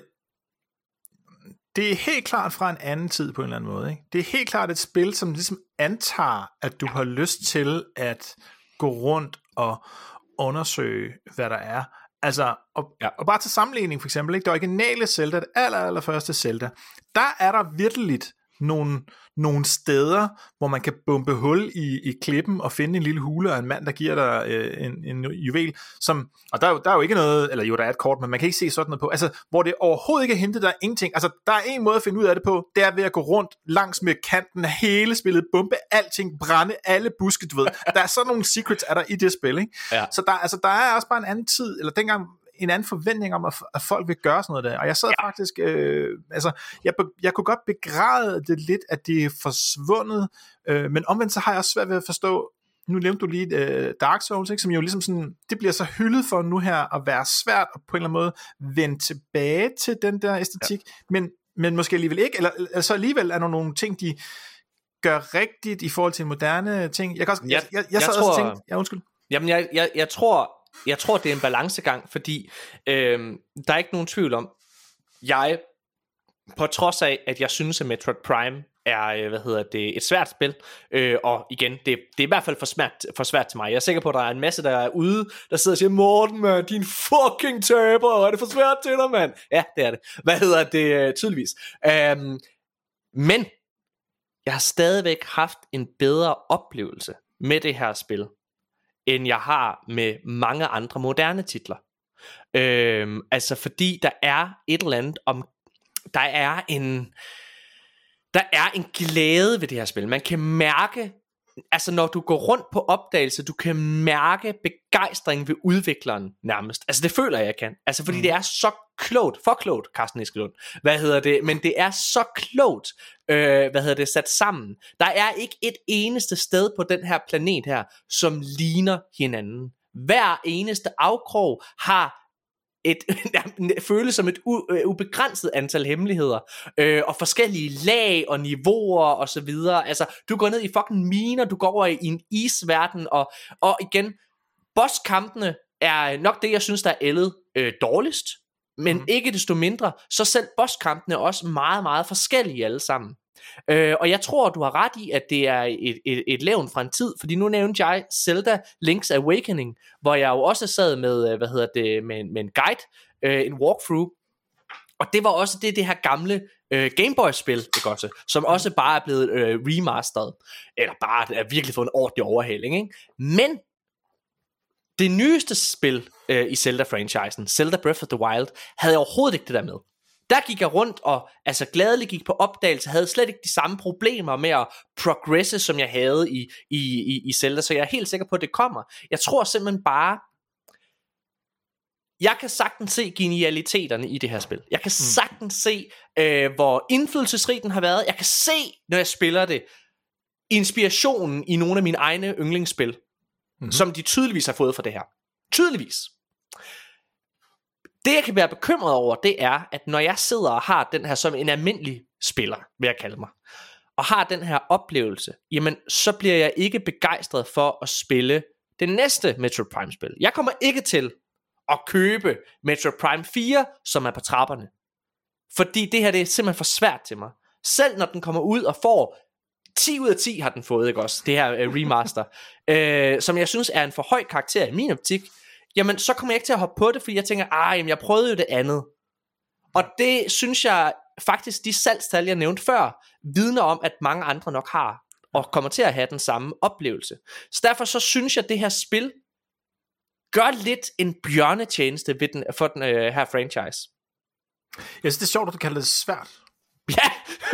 det er helt klart fra en anden tid på en eller anden måde. Ikke? Det er helt klart et spil, som ligesom antager, at du har lyst til at gå rundt og undersøge, hvad der er. Altså, og, ja. og bare til sammenligning for eksempel, ikke? Det originale Zelda, det aller, aller første Zelda, der er der virkeligt nogle, nogle steder, hvor man kan bombe hul i, i klippen og finde en lille hule og en mand, der giver dig øh, en, en juvel, som, og der er, jo, der er jo ikke noget, eller jo, der er et kort, men man kan ikke se sådan noget på, altså, hvor det overhovedet ikke er hentet, der er ingenting, altså, der er en måde at finde ud af det på, det er ved at gå rundt langs med kanten af hele spillet, bombe alting, brænde alle buske, du ved, der er sådan nogle secrets, er der i det spil, ikke? Ja. Så der, altså, der er også bare en anden tid, eller dengang, en anden forventning om, at, at folk vil gøre sådan noget der. Og jeg sad ja. faktisk, øh, altså, jeg, jeg kunne godt begræde det lidt, at det er forsvundet, øh, men omvendt så har jeg også svært ved at forstå, nu nævnte du lige øh, Dark Souls, ikke, som jo ligesom sådan, det bliver så hyldet for nu her, at være svært, og på en eller anden måde vende tilbage til den der æstetik, ja. men, men måske alligevel ikke, eller altså alligevel er der nogle ting, de gør rigtigt i forhold til en moderne ting. Jeg kan også, jeg, jeg, jeg, jeg sad jeg tror, også og tænkte, ja, undskyld. Jamen, jeg, jeg, jeg tror, Jeg tror, det er en balancegang, fordi øh, der er ikke nogen tvivl om, jeg, på trods af, at jeg synes, at Metroid Prime er, hvad hedder det, et svært spil, øh, og igen, det, det er i hvert fald for svært, for svært til mig. Jeg er sikker på, at der er en masse, der er ude, der sidder og siger, Morten, man, din fucking taber, er det for svært til dig, mand? Ja, det er det. Hvad hedder det, tydeligvis. Um, men, jeg har stadigvæk haft en bedre oplevelse med det her spil, end jeg har med mange andre moderne titler. Øhm, altså fordi der er et eller andet om, der er en, der er en glæde ved det her spil. Man kan mærke, altså når du går rundt på opdagelse, du kan mærke begejstring ved udvikleren nærmest. Altså det føler jeg, jeg kan. Altså fordi mm. det er så klogt, for klogt, Carsten Eskelund. Hvad hedder det? Men det er så klogt, øh, hvad hedder det, sat sammen. Der er ikke et eneste sted på den her planet her, som ligner hinanden. Hver eneste afkrog har et føles som et u- ubegrænset antal hemmeligheder, øh, og forskellige lag og niveauer og så videre. Altså, du går ned i fucking miner, du går over i en isverden, og, og igen, bosskampene er nok det, jeg synes, der er ældet øh, dårligst, men mm. ikke desto mindre, så selv bosskampene er også meget, meget forskellige alle sammen. Øh, og jeg tror, du har ret i, at det er et, et, et levn fra en tid, fordi nu nævnte jeg Zelda Link's Awakening, hvor jeg jo også sad med, hvad hedder det, med, med en guide, øh, en walkthrough, og det var også det, det her gamle øh, Gameboy-spil, ikke også, som også bare er blevet øh, remasteret, eller bare er virkelig fået en ordentlig overhaling, ikke? Men det nyeste spil øh, i Zelda-franchisen, Zelda Breath of the Wild, havde jeg overhovedet ikke det der med. Der gik jeg rundt og altså gladeligt gik på opdagelse, havde slet ikke de samme problemer med at progresse, som jeg havde i, i, i, i Zelda, så jeg er helt sikker på, at det kommer. Jeg tror simpelthen bare, jeg kan sagtens se genialiteterne i det her spil. Jeg kan mm. sagtens se, øh, hvor indflydelsesrig den har været. Jeg kan se, når jeg spiller det, inspirationen i nogle af mine egne yndlingsspil, mm. som de tydeligvis har fået fra det her. Tydeligvis. Det jeg kan være bekymret over, det er, at når jeg sidder og har den her som en almindelig spiller, vil jeg kalde mig, og har den her oplevelse, jamen så bliver jeg ikke begejstret for at spille det næste Metroid Prime spil. Jeg kommer ikke til at købe Metroid Prime fire, som er på trapperne. Fordi det her, det er simpelthen for svært til mig. Selv når den kommer ud og får ti ud af ti har den fået, ikke også, det her uh, remaster, uh, som jeg synes er en for høj karakter i min optik, jamen så kommer jeg ikke til at hoppe på det, fordi jeg tænker, ah, jamen jeg prøvede jo det andet. Og det synes jeg faktisk, de salgstal, jeg nævnte før, vidner om, at mange andre nok har, og kommer til at have den samme oplevelse. Så derfor så synes jeg, at det her spil gør lidt en bjørnetjeneste ved den, for den øh, her franchise. Jeg synes, det er sjovt, at du kalder det svært. Ja.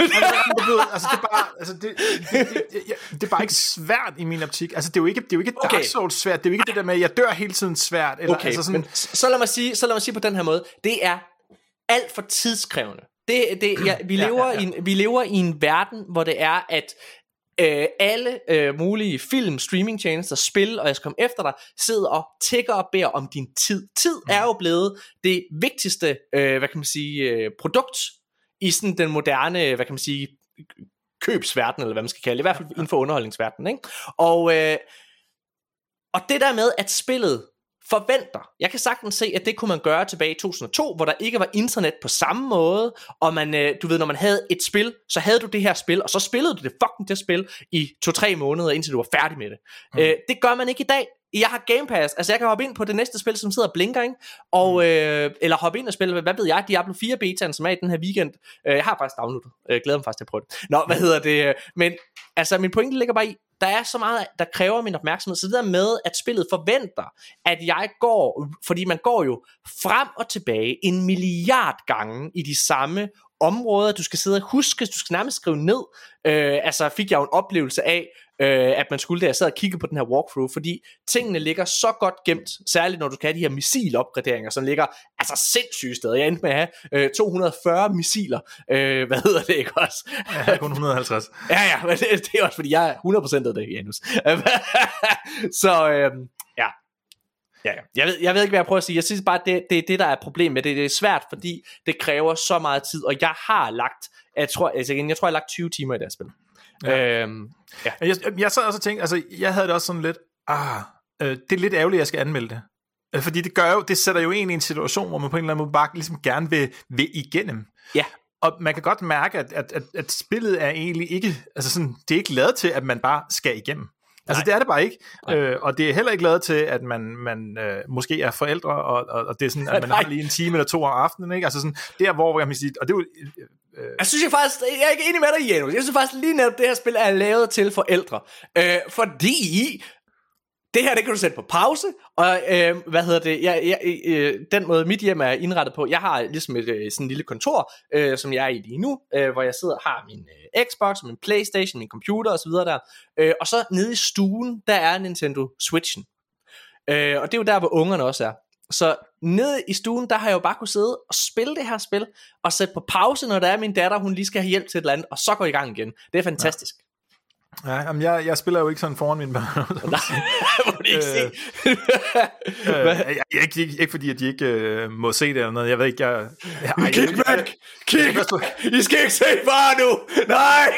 altså, det er bare, altså, det, det, det, det, det er bare ikke svært i min optik. Altså, det er jo ikke, det er jo ikke Dark okay. Souls svært. Det er jo ikke det der med, at jeg dør hele tiden svært. Eller, okay, altså sådan... men så lad mig sige, så lad mig sige på den her måde. Det er alt for tidskrævende. Det, det, ja, vi, lever ja, ja, ja. I en, vi lever i en verden, hvor det er, at øh, alle øh, mulige film, streamingtjenester, spil, og jeg skal komme efter dig, sidder og tigger og beder om din tid. Tid mm. er jo blevet det vigtigste, øh, hvad kan man sige, øh, produkt i sådan den moderne, hvad kan man sige, købsverden, eller hvad man skal kalde det, i hvert fald inden for underholdningsverdenen, ikke? Og, øh, og det der med, at spillet forventer, jeg kan sagtens se, at det kunne man gøre tilbage i to tusind og to, hvor der ikke var internet på samme måde, og man, øh, du ved, når man havde et spil, så havde du det her spil, og så spillede du det fucking det spil i to-tre måneder, indtil du var færdig med det. Mm. Øh, det gør man ikke i dag. Jeg har Game Pass, altså jeg kan hoppe ind på det næste spil, som sidder og blinker, ikke? Og, øh, eller hoppe ind og spille, hvad ved jeg, Diablo fire betaen, som er i den her weekend. Øh, jeg har faktisk downloadet, jeg glæder mig faktisk til at prøve det. Nå, hvad hedder det? Men altså, min pointe ligger bare i, der er så meget, der kræver min opmærksomhed, så det der med, at spillet forventer, at jeg går, fordi man går jo frem og tilbage en milliard gange i de samme områder, du skal sidde og huske, du skal nærmest skrive ned, øh, altså fik jeg jo en oplevelse af, øh, at man skulle, da jeg sad og kiggede på den her walkthrough, fordi tingene ligger så godt gemt, særligt når du kan have de her missilopgraderinger, som ligger altså sindssyge steder. Jeg endte med at have øh, to hundrede og fyrre missiler, øh, hvad hedder det, ikke også? Ja, kun et hundrede og halvtreds. ja, ja, men det, det er også fordi, jeg er hundrede procent af det, Janus. så, øh, ja. Ja, jeg ved, jeg ved ikke, hvad jeg prøver at sige. Jeg synes bare, at det, det er det, der er problemet med det. Det er svært, fordi det kræver så meget tid, og jeg har lagt, jeg tror, altså igen, jeg tror, jeg har lagt tyve timer i det her spil. Ja. Øhm, ja. Jeg, jeg sad også og tænkte, altså, jeg havde det også sådan lidt, ah, øh, det er lidt ærgerligt, at jeg skal anmelde det. Fordi det gør jo, det sætter jo en i en situation, hvor man på en eller anden måde bare ligesom gerne vil, vil igennem. Ja. og man kan godt mærke, at, at, at, at spillet er egentlig ikke, altså sådan, det er ikke lavet til, at man bare skal igennem. Altså Nej. Det er det bare ikke, øh, og det er heller ikke lavet til, at man, man øh, måske er forældre, og, og, og det er sådan, at man har lige en time eller to om aftenen, ikke? Altså sådan, der hvor jeg kan sige, og det er jo... Øh, jeg synes jeg faktisk, jeg er ikke enig med dig, Janus, jeg synes faktisk lige netop, det her spil er lavet til forældre, øh, fordi... Det her, det kan du sætte på pause, og øh, hvad hedder det, jeg, jeg, øh, den måde mit hjem er indrettet på, jeg har ligesom et øh, sådan et lille kontor, øh, som jeg er i lige nu, øh, hvor jeg sidder og har min øh, Xbox, min Playstation, min computer og så videre der, øh, og så nede i stuen, der er Nintendo Switchen, øh, og det er jo der, hvor ungerne også er. Så nede i stuen, der har jeg jo bare kunne sidde og spille det her spil, og sætte på pause, når der er min datter, hun lige skal have hjælp til et eller andet, og så går i gang igen. Det er fantastisk. Ja. Ja, jamen jeg, jeg spiller jo ikke sådan foran mine børn. Nej, må du ikke se. øh, jeg, jeg, ikke, ikke, ikke fordi, at de ikke øh, må se det eller noget. Jeg ved ikke, jeg... jeg ej, Kig væk! Kig! I skal ikke se far nu! Nej!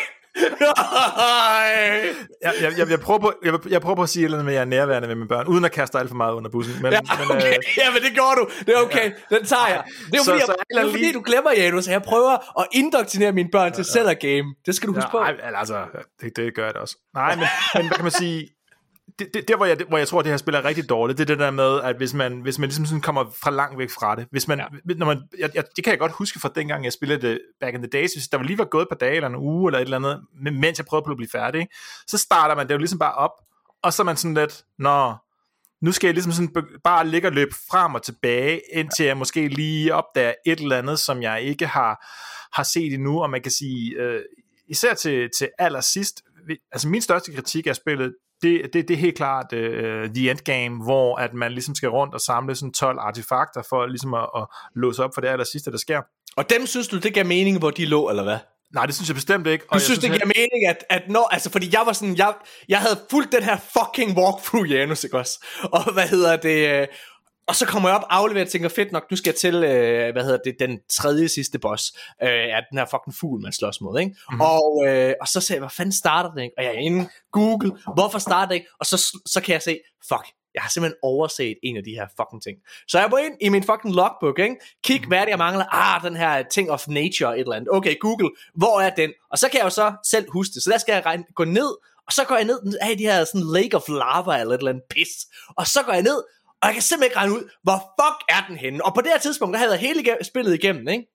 Nej! Jeg, jeg, jeg, jeg, prøver på, jeg, jeg prøver på at sige noget med, at jeg er nærværende med mine børn, uden at kaste alt for meget under bussen. Men, ja, men, okay. øh, ja, men det gør du. Det er okay. Ja. Den tager jeg. Det er jo så, fordi, så, jeg, det er fordi du glemmer, Janus, at jeg prøver at indoktrinere mine børn til ja, ja. Seller Game. Det skal du huske ja, på. Ej, altså, det, det gør jeg da også. Nej, men, men hvad kan man sige... Det, det, der hvor jeg, hvor jeg tror at det her spil er rigtig dårligt, det er det der med at hvis man hvis man ligesom sådan kommer fra langt væk fra det, hvis man, ja. når man jeg, jeg, det kan jeg godt huske fra dengang jeg spillede det back in the days, hvis der var lige var gået et par dage eller en uge eller et eller andet, mens jeg prøvede på at blive færdig, så starter man det jo ligesom bare op, og så er man sådan lidt, nå, nu skal jeg ligesom sådan bare ligge og løbe frem og tilbage, indtil jeg måske lige opdager et eller andet, som jeg ikke har har set endnu, og man kan sige øh, især til til allersidst, altså min største kritik af spillet, Det, det, det er helt klart uh, The Endgame, hvor at man ligesom skal rundt og samle sådan tolv artefakter for ligesom at, at låse op for det aller sidste, der sker. Og dem synes du, det gav mening, hvor de lå, eller hvad? Nej, det synes jeg bestemt ikke. Du og synes, jeg det giver jeg... mening, at, at når, altså fordi jeg var sådan, jeg, jeg havde fulgt den her fucking walkthrough, Janus, ikke også? Og hvad hedder det... Og så kommer jeg op, afleverer og tænker, fedt nok, nu skal jeg til, øh, hvad hedder det, den tredje sidste boss, øh, af den her fucking fugl, man slås mod, ikke? Mm-hmm. Og, øh, og så sagde jeg, hvad fanden starter det, ikke? Og jeg er inde, Google, hvorfor starter det ikke? Og så, så kan jeg se, fuck, jeg har simpelthen overset en af de her fucking ting. Så jeg går ind i min fucking logbook, ikke? Kig, hvad er det, jeg mangler? Ah, den her ting of nature, et eller andet. Okay, Google, hvor er den? Og så kan jeg jo så selv huske det, så der skal jeg regne, gå ned, og så går jeg ned, af de her sådan lake of lava, eller et eller andet pis. Og så går jeg ned, og jeg kan simpelthen ikke regne ud, hvor fuck er den henne. Og på det her tidspunkt, der havde jeg hele igennem, spillet igennem, ikke?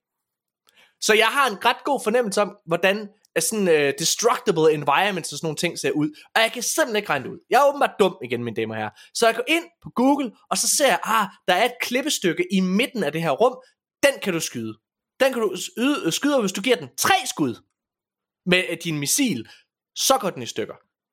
Så jeg har en ret god fornemmelse om, hvordan sådan uh, destructible environments og sådan nogle ting ser ud. Og jeg kan simpelthen ikke regne det ud. Jeg er åbenbart dum igen, mine damer og herrer. Så jeg går ind på Google, og så ser jeg, ah, der er et klippestykke i midten af det her rum. Den kan du skyde. Den kan du skyde, hvis du giver den tre skud med din missil. Så går den i stykker.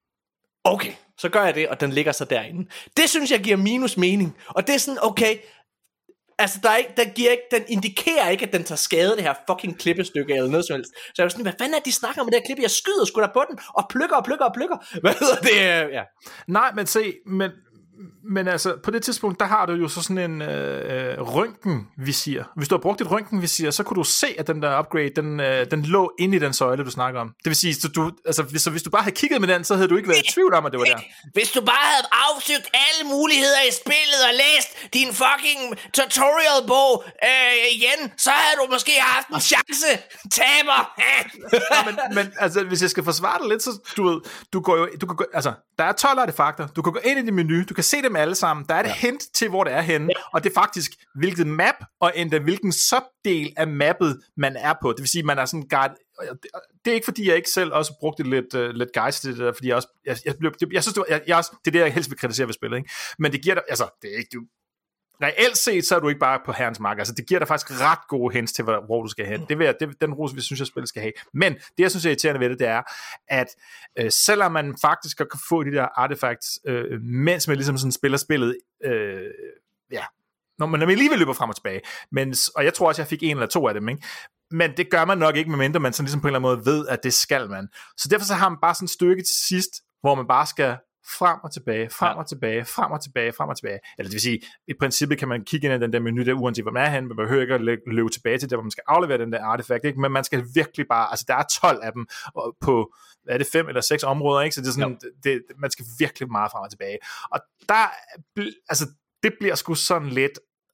Okay, så gør jeg det, og den ligger så derinde. Det synes jeg giver minus mening. Og det er sådan, okay, altså der er ikke, den, giver ikke, den indikerer ikke, at den tager skade, det her fucking klippestykke eller noget som helst. Så jeg var sådan, hvad fanden er det, de snakker om det her klippe? Jeg skyder sgu da på den, og plukker og plukker og plukker. Hvad hedder det? Ja. Nej, men se, men, men altså, på det tidspunkt, der har du jo så sådan en øh, røntgenvisir. Hvis du har brugt et røntgenvisir, så kunne du se, at den der upgrade, den, øh, den lå inde i den søjle, du snakker om. Det vil sige, så du, altså, hvis, så hvis du bare havde kigget med den, så havde du ikke været i tvivl om, at det var der. Hvis du bare havde afsøgt alle muligheder i spillet og læst din fucking tutorial-bog øh, igen, så havde du måske haft en chance. Taber! ja, men, men altså, hvis jeg skal forsvare det lidt, så du ved, du går jo, du kan gå, altså, der er tolv artefakter, du kan gå ind i din menu, du kan se dem alle sammen, der er et ja. hint til, hvor det er henne, ja. og det er faktisk, hvilket map, og endda hvilken subdel af mappet, man er på. Det vil sige, man er sådan guide. Det er ikke fordi, jeg ikke selv også brugte lidt, uh, lidt guides til det der, fordi jeg også, jeg, jeg, jeg, jeg synes, det, var, jeg, jeg også, det er det, jeg helst vil kritisere ved spillet, ikke? Men det giver dig, altså, det er ikke, du, reelt set, så er du ikke bare på herrens mark. Altså, det giver dig faktisk ret gode hints til, hvor, hvor du skal hen. Det vil jeg, det, den ros, vi synes, jeg spillet skal have. Men det, jeg synes er irriterende ved det, det er, at øh, selvom man faktisk kan få de der artifacts, øh, mens man ligesom sådan spiller spillet, øh, ja, når man alligevel løber frem og tilbage. Men, og jeg tror også, jeg fik en eller to af dem, ikke? Men det gør man nok ikke, medmindre man sådan ligesom på en eller anden måde ved, at det skal man. Så derfor så har man bare sådan et stykke til sidst, hvor man bare skal frem og tilbage, frem ja. og tilbage, frem og tilbage, frem og tilbage. Eller det vil sige, i princippet kan man kigge ind i den der menu der, uanset hvor man er henne, man behøver ikke at løbe tilbage til der, hvor man skal aflevere den der artefakt, ikke? Men man skal virkelig bare, altså der er tolv af dem på, hvad er det, fem eller seks områder, ikke? Så det er sådan, ja. det, man skal virkelig meget frem og tilbage. Og der, altså det bliver sgu sådan lidt,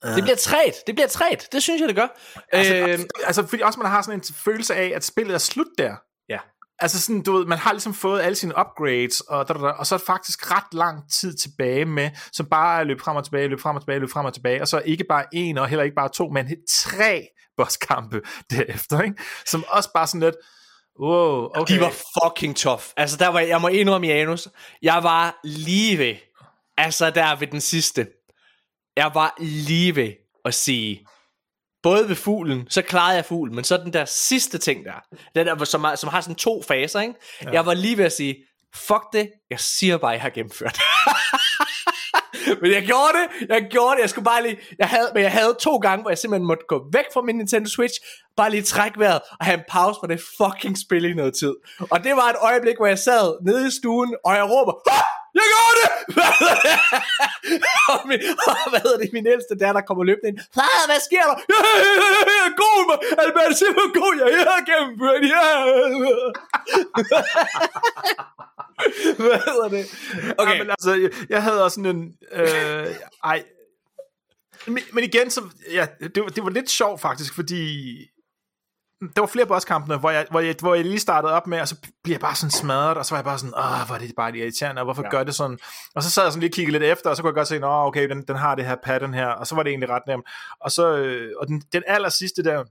Det bliver træt, det bliver træt, det synes jeg, det gør. Altså, øh, altså fordi også man har sådan en følelse af, at spillet er slut der. Ja. Altså sådan, du ved, man har ligesom fået alle sine upgrades, og, da, da, da, og så er det faktisk ret lang tid tilbage med, som bare er løb frem og tilbage, løb frem og tilbage, løb frem og tilbage, og så ikke bare en, og heller ikke bare to, men tre bosskampe derefter, ikke? Som også bare sådan lidt, wow, okay. De var fucking tough. Altså der var, jeg må indrømme, Janus, jeg var lige ved, altså der ved den sidste, jeg var lige ved at sige, både ved fuglen, så klarede jeg fuglen, men så den der sidste ting der, den der som, har, som har sådan to faser, ikke? Ja. Jeg var lige ved at sige, fuck det, jeg siger bare, jeg har gennemført. Men jeg gjorde det, jeg gjorde det, jeg skulle bare lige, jeg havde, men jeg havde to gange, hvor jeg simpelthen måtte gå væk fra min Nintendo Switch, bare lige trække vejret, og have en pause på det fucking spil i noget tid. Og det var et øjeblik, hvor jeg sad nede i stuen, og jeg råber, ah! Jeg gjorde det! og, min, og hvad hedder det, min ældste datter kommer løbende ind. Far, hvad sker der? Ja, ja, ja, ja, god, man. Er det bare simpelthen god? Ja, jeg har gennemført. Ja. Hvad hedder det? Okay. Ja, men altså, jeg, jeg havde også sådan en... Øh, ej. Men, men igen, så, ja, det, det var lidt sjovt faktisk, fordi... Der var flere bosskampene, hvor jeg, hvor, jeg, hvor jeg lige startede op med, og så bliver jeg bare sådan smadret, og så var jeg bare sådan, åh, hvor er det bare irriterende, og hvorfor ja. gør det sådan? Og så sad jeg sådan lige og kiggede lidt efter, og så kunne jeg godt se, åh, okay, den, den har det her pattern her, og så var det egentlig ret nemt. Og så, øh, og den, den aller sidste der,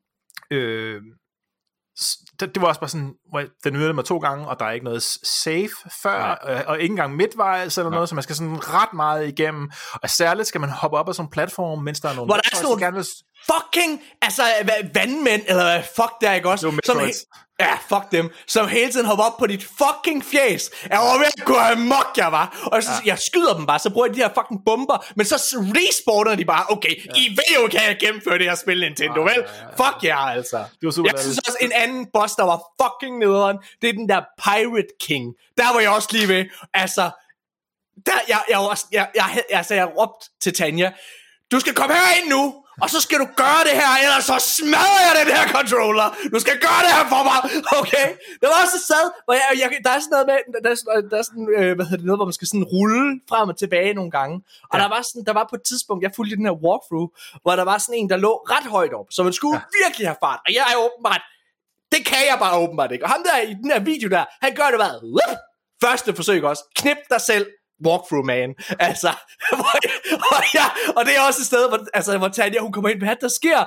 øh, det, det var også bare sådan, hvor jeg, den ydede mig to gange, og der er ikke noget safe før, ja. og, og ikke engang midtvejs eller ja. noget, så man skal sådan ret meget igennem, og særligt skal man hoppe op af sådan en platform, mens der er nogle... Hvor der er sådan nogle vil... fucking, altså vandmænd, eller hvad fuck der, ikke også? Som he- ja, fuck dem, som hele tiden hopper op på dit fucking fjæs. Jeg var ved at gå amok, jeg var. Og så, ja. jeg skyder dem bare, så bruger jeg de her fucking bomber, men så respawner de bare, okay, ja. I ved jo, kan jeg gennemføre det her spil, Nintendo, ja, vel? Ja, ja, ja. Fuck jer, yeah, altså. Det var super, jeg synes også, en anden boss, der var fucking nederen, det er den der Pirate King. Der var jeg også lige ved, altså, der, jeg, jeg, jeg, jeg, jeg, altså, jeg råbte til Tanja, du skal komme herind nu, og så skal du gøre det her, ellers så smadrer jeg den her controller. Du skal gøre det her for mig, okay? Der var også et sted, hvor jeg, jeg, der er sådan noget med, der er, der er sådan, øh, hvad hedder det, noget, hvor man skal sådan rulle frem og tilbage nogle gange. Og ja. der var sådan, der var på et tidspunkt, jeg fulgte den her walkthrough, hvor der var sådan en, der lå ret højt op, så man skulle ja. virkelig have fart. Og jeg er åbenbart, det kan jeg bare åbenbart ikke. Og ham der i den her video der, han gør det bare, whoop, første forsøg også, knip dig selv. Walkthrough man. Altså, og, og, ja, og det er også et sted, hvor, altså, hvor Tanja, hun kommer ind, hvad der sker?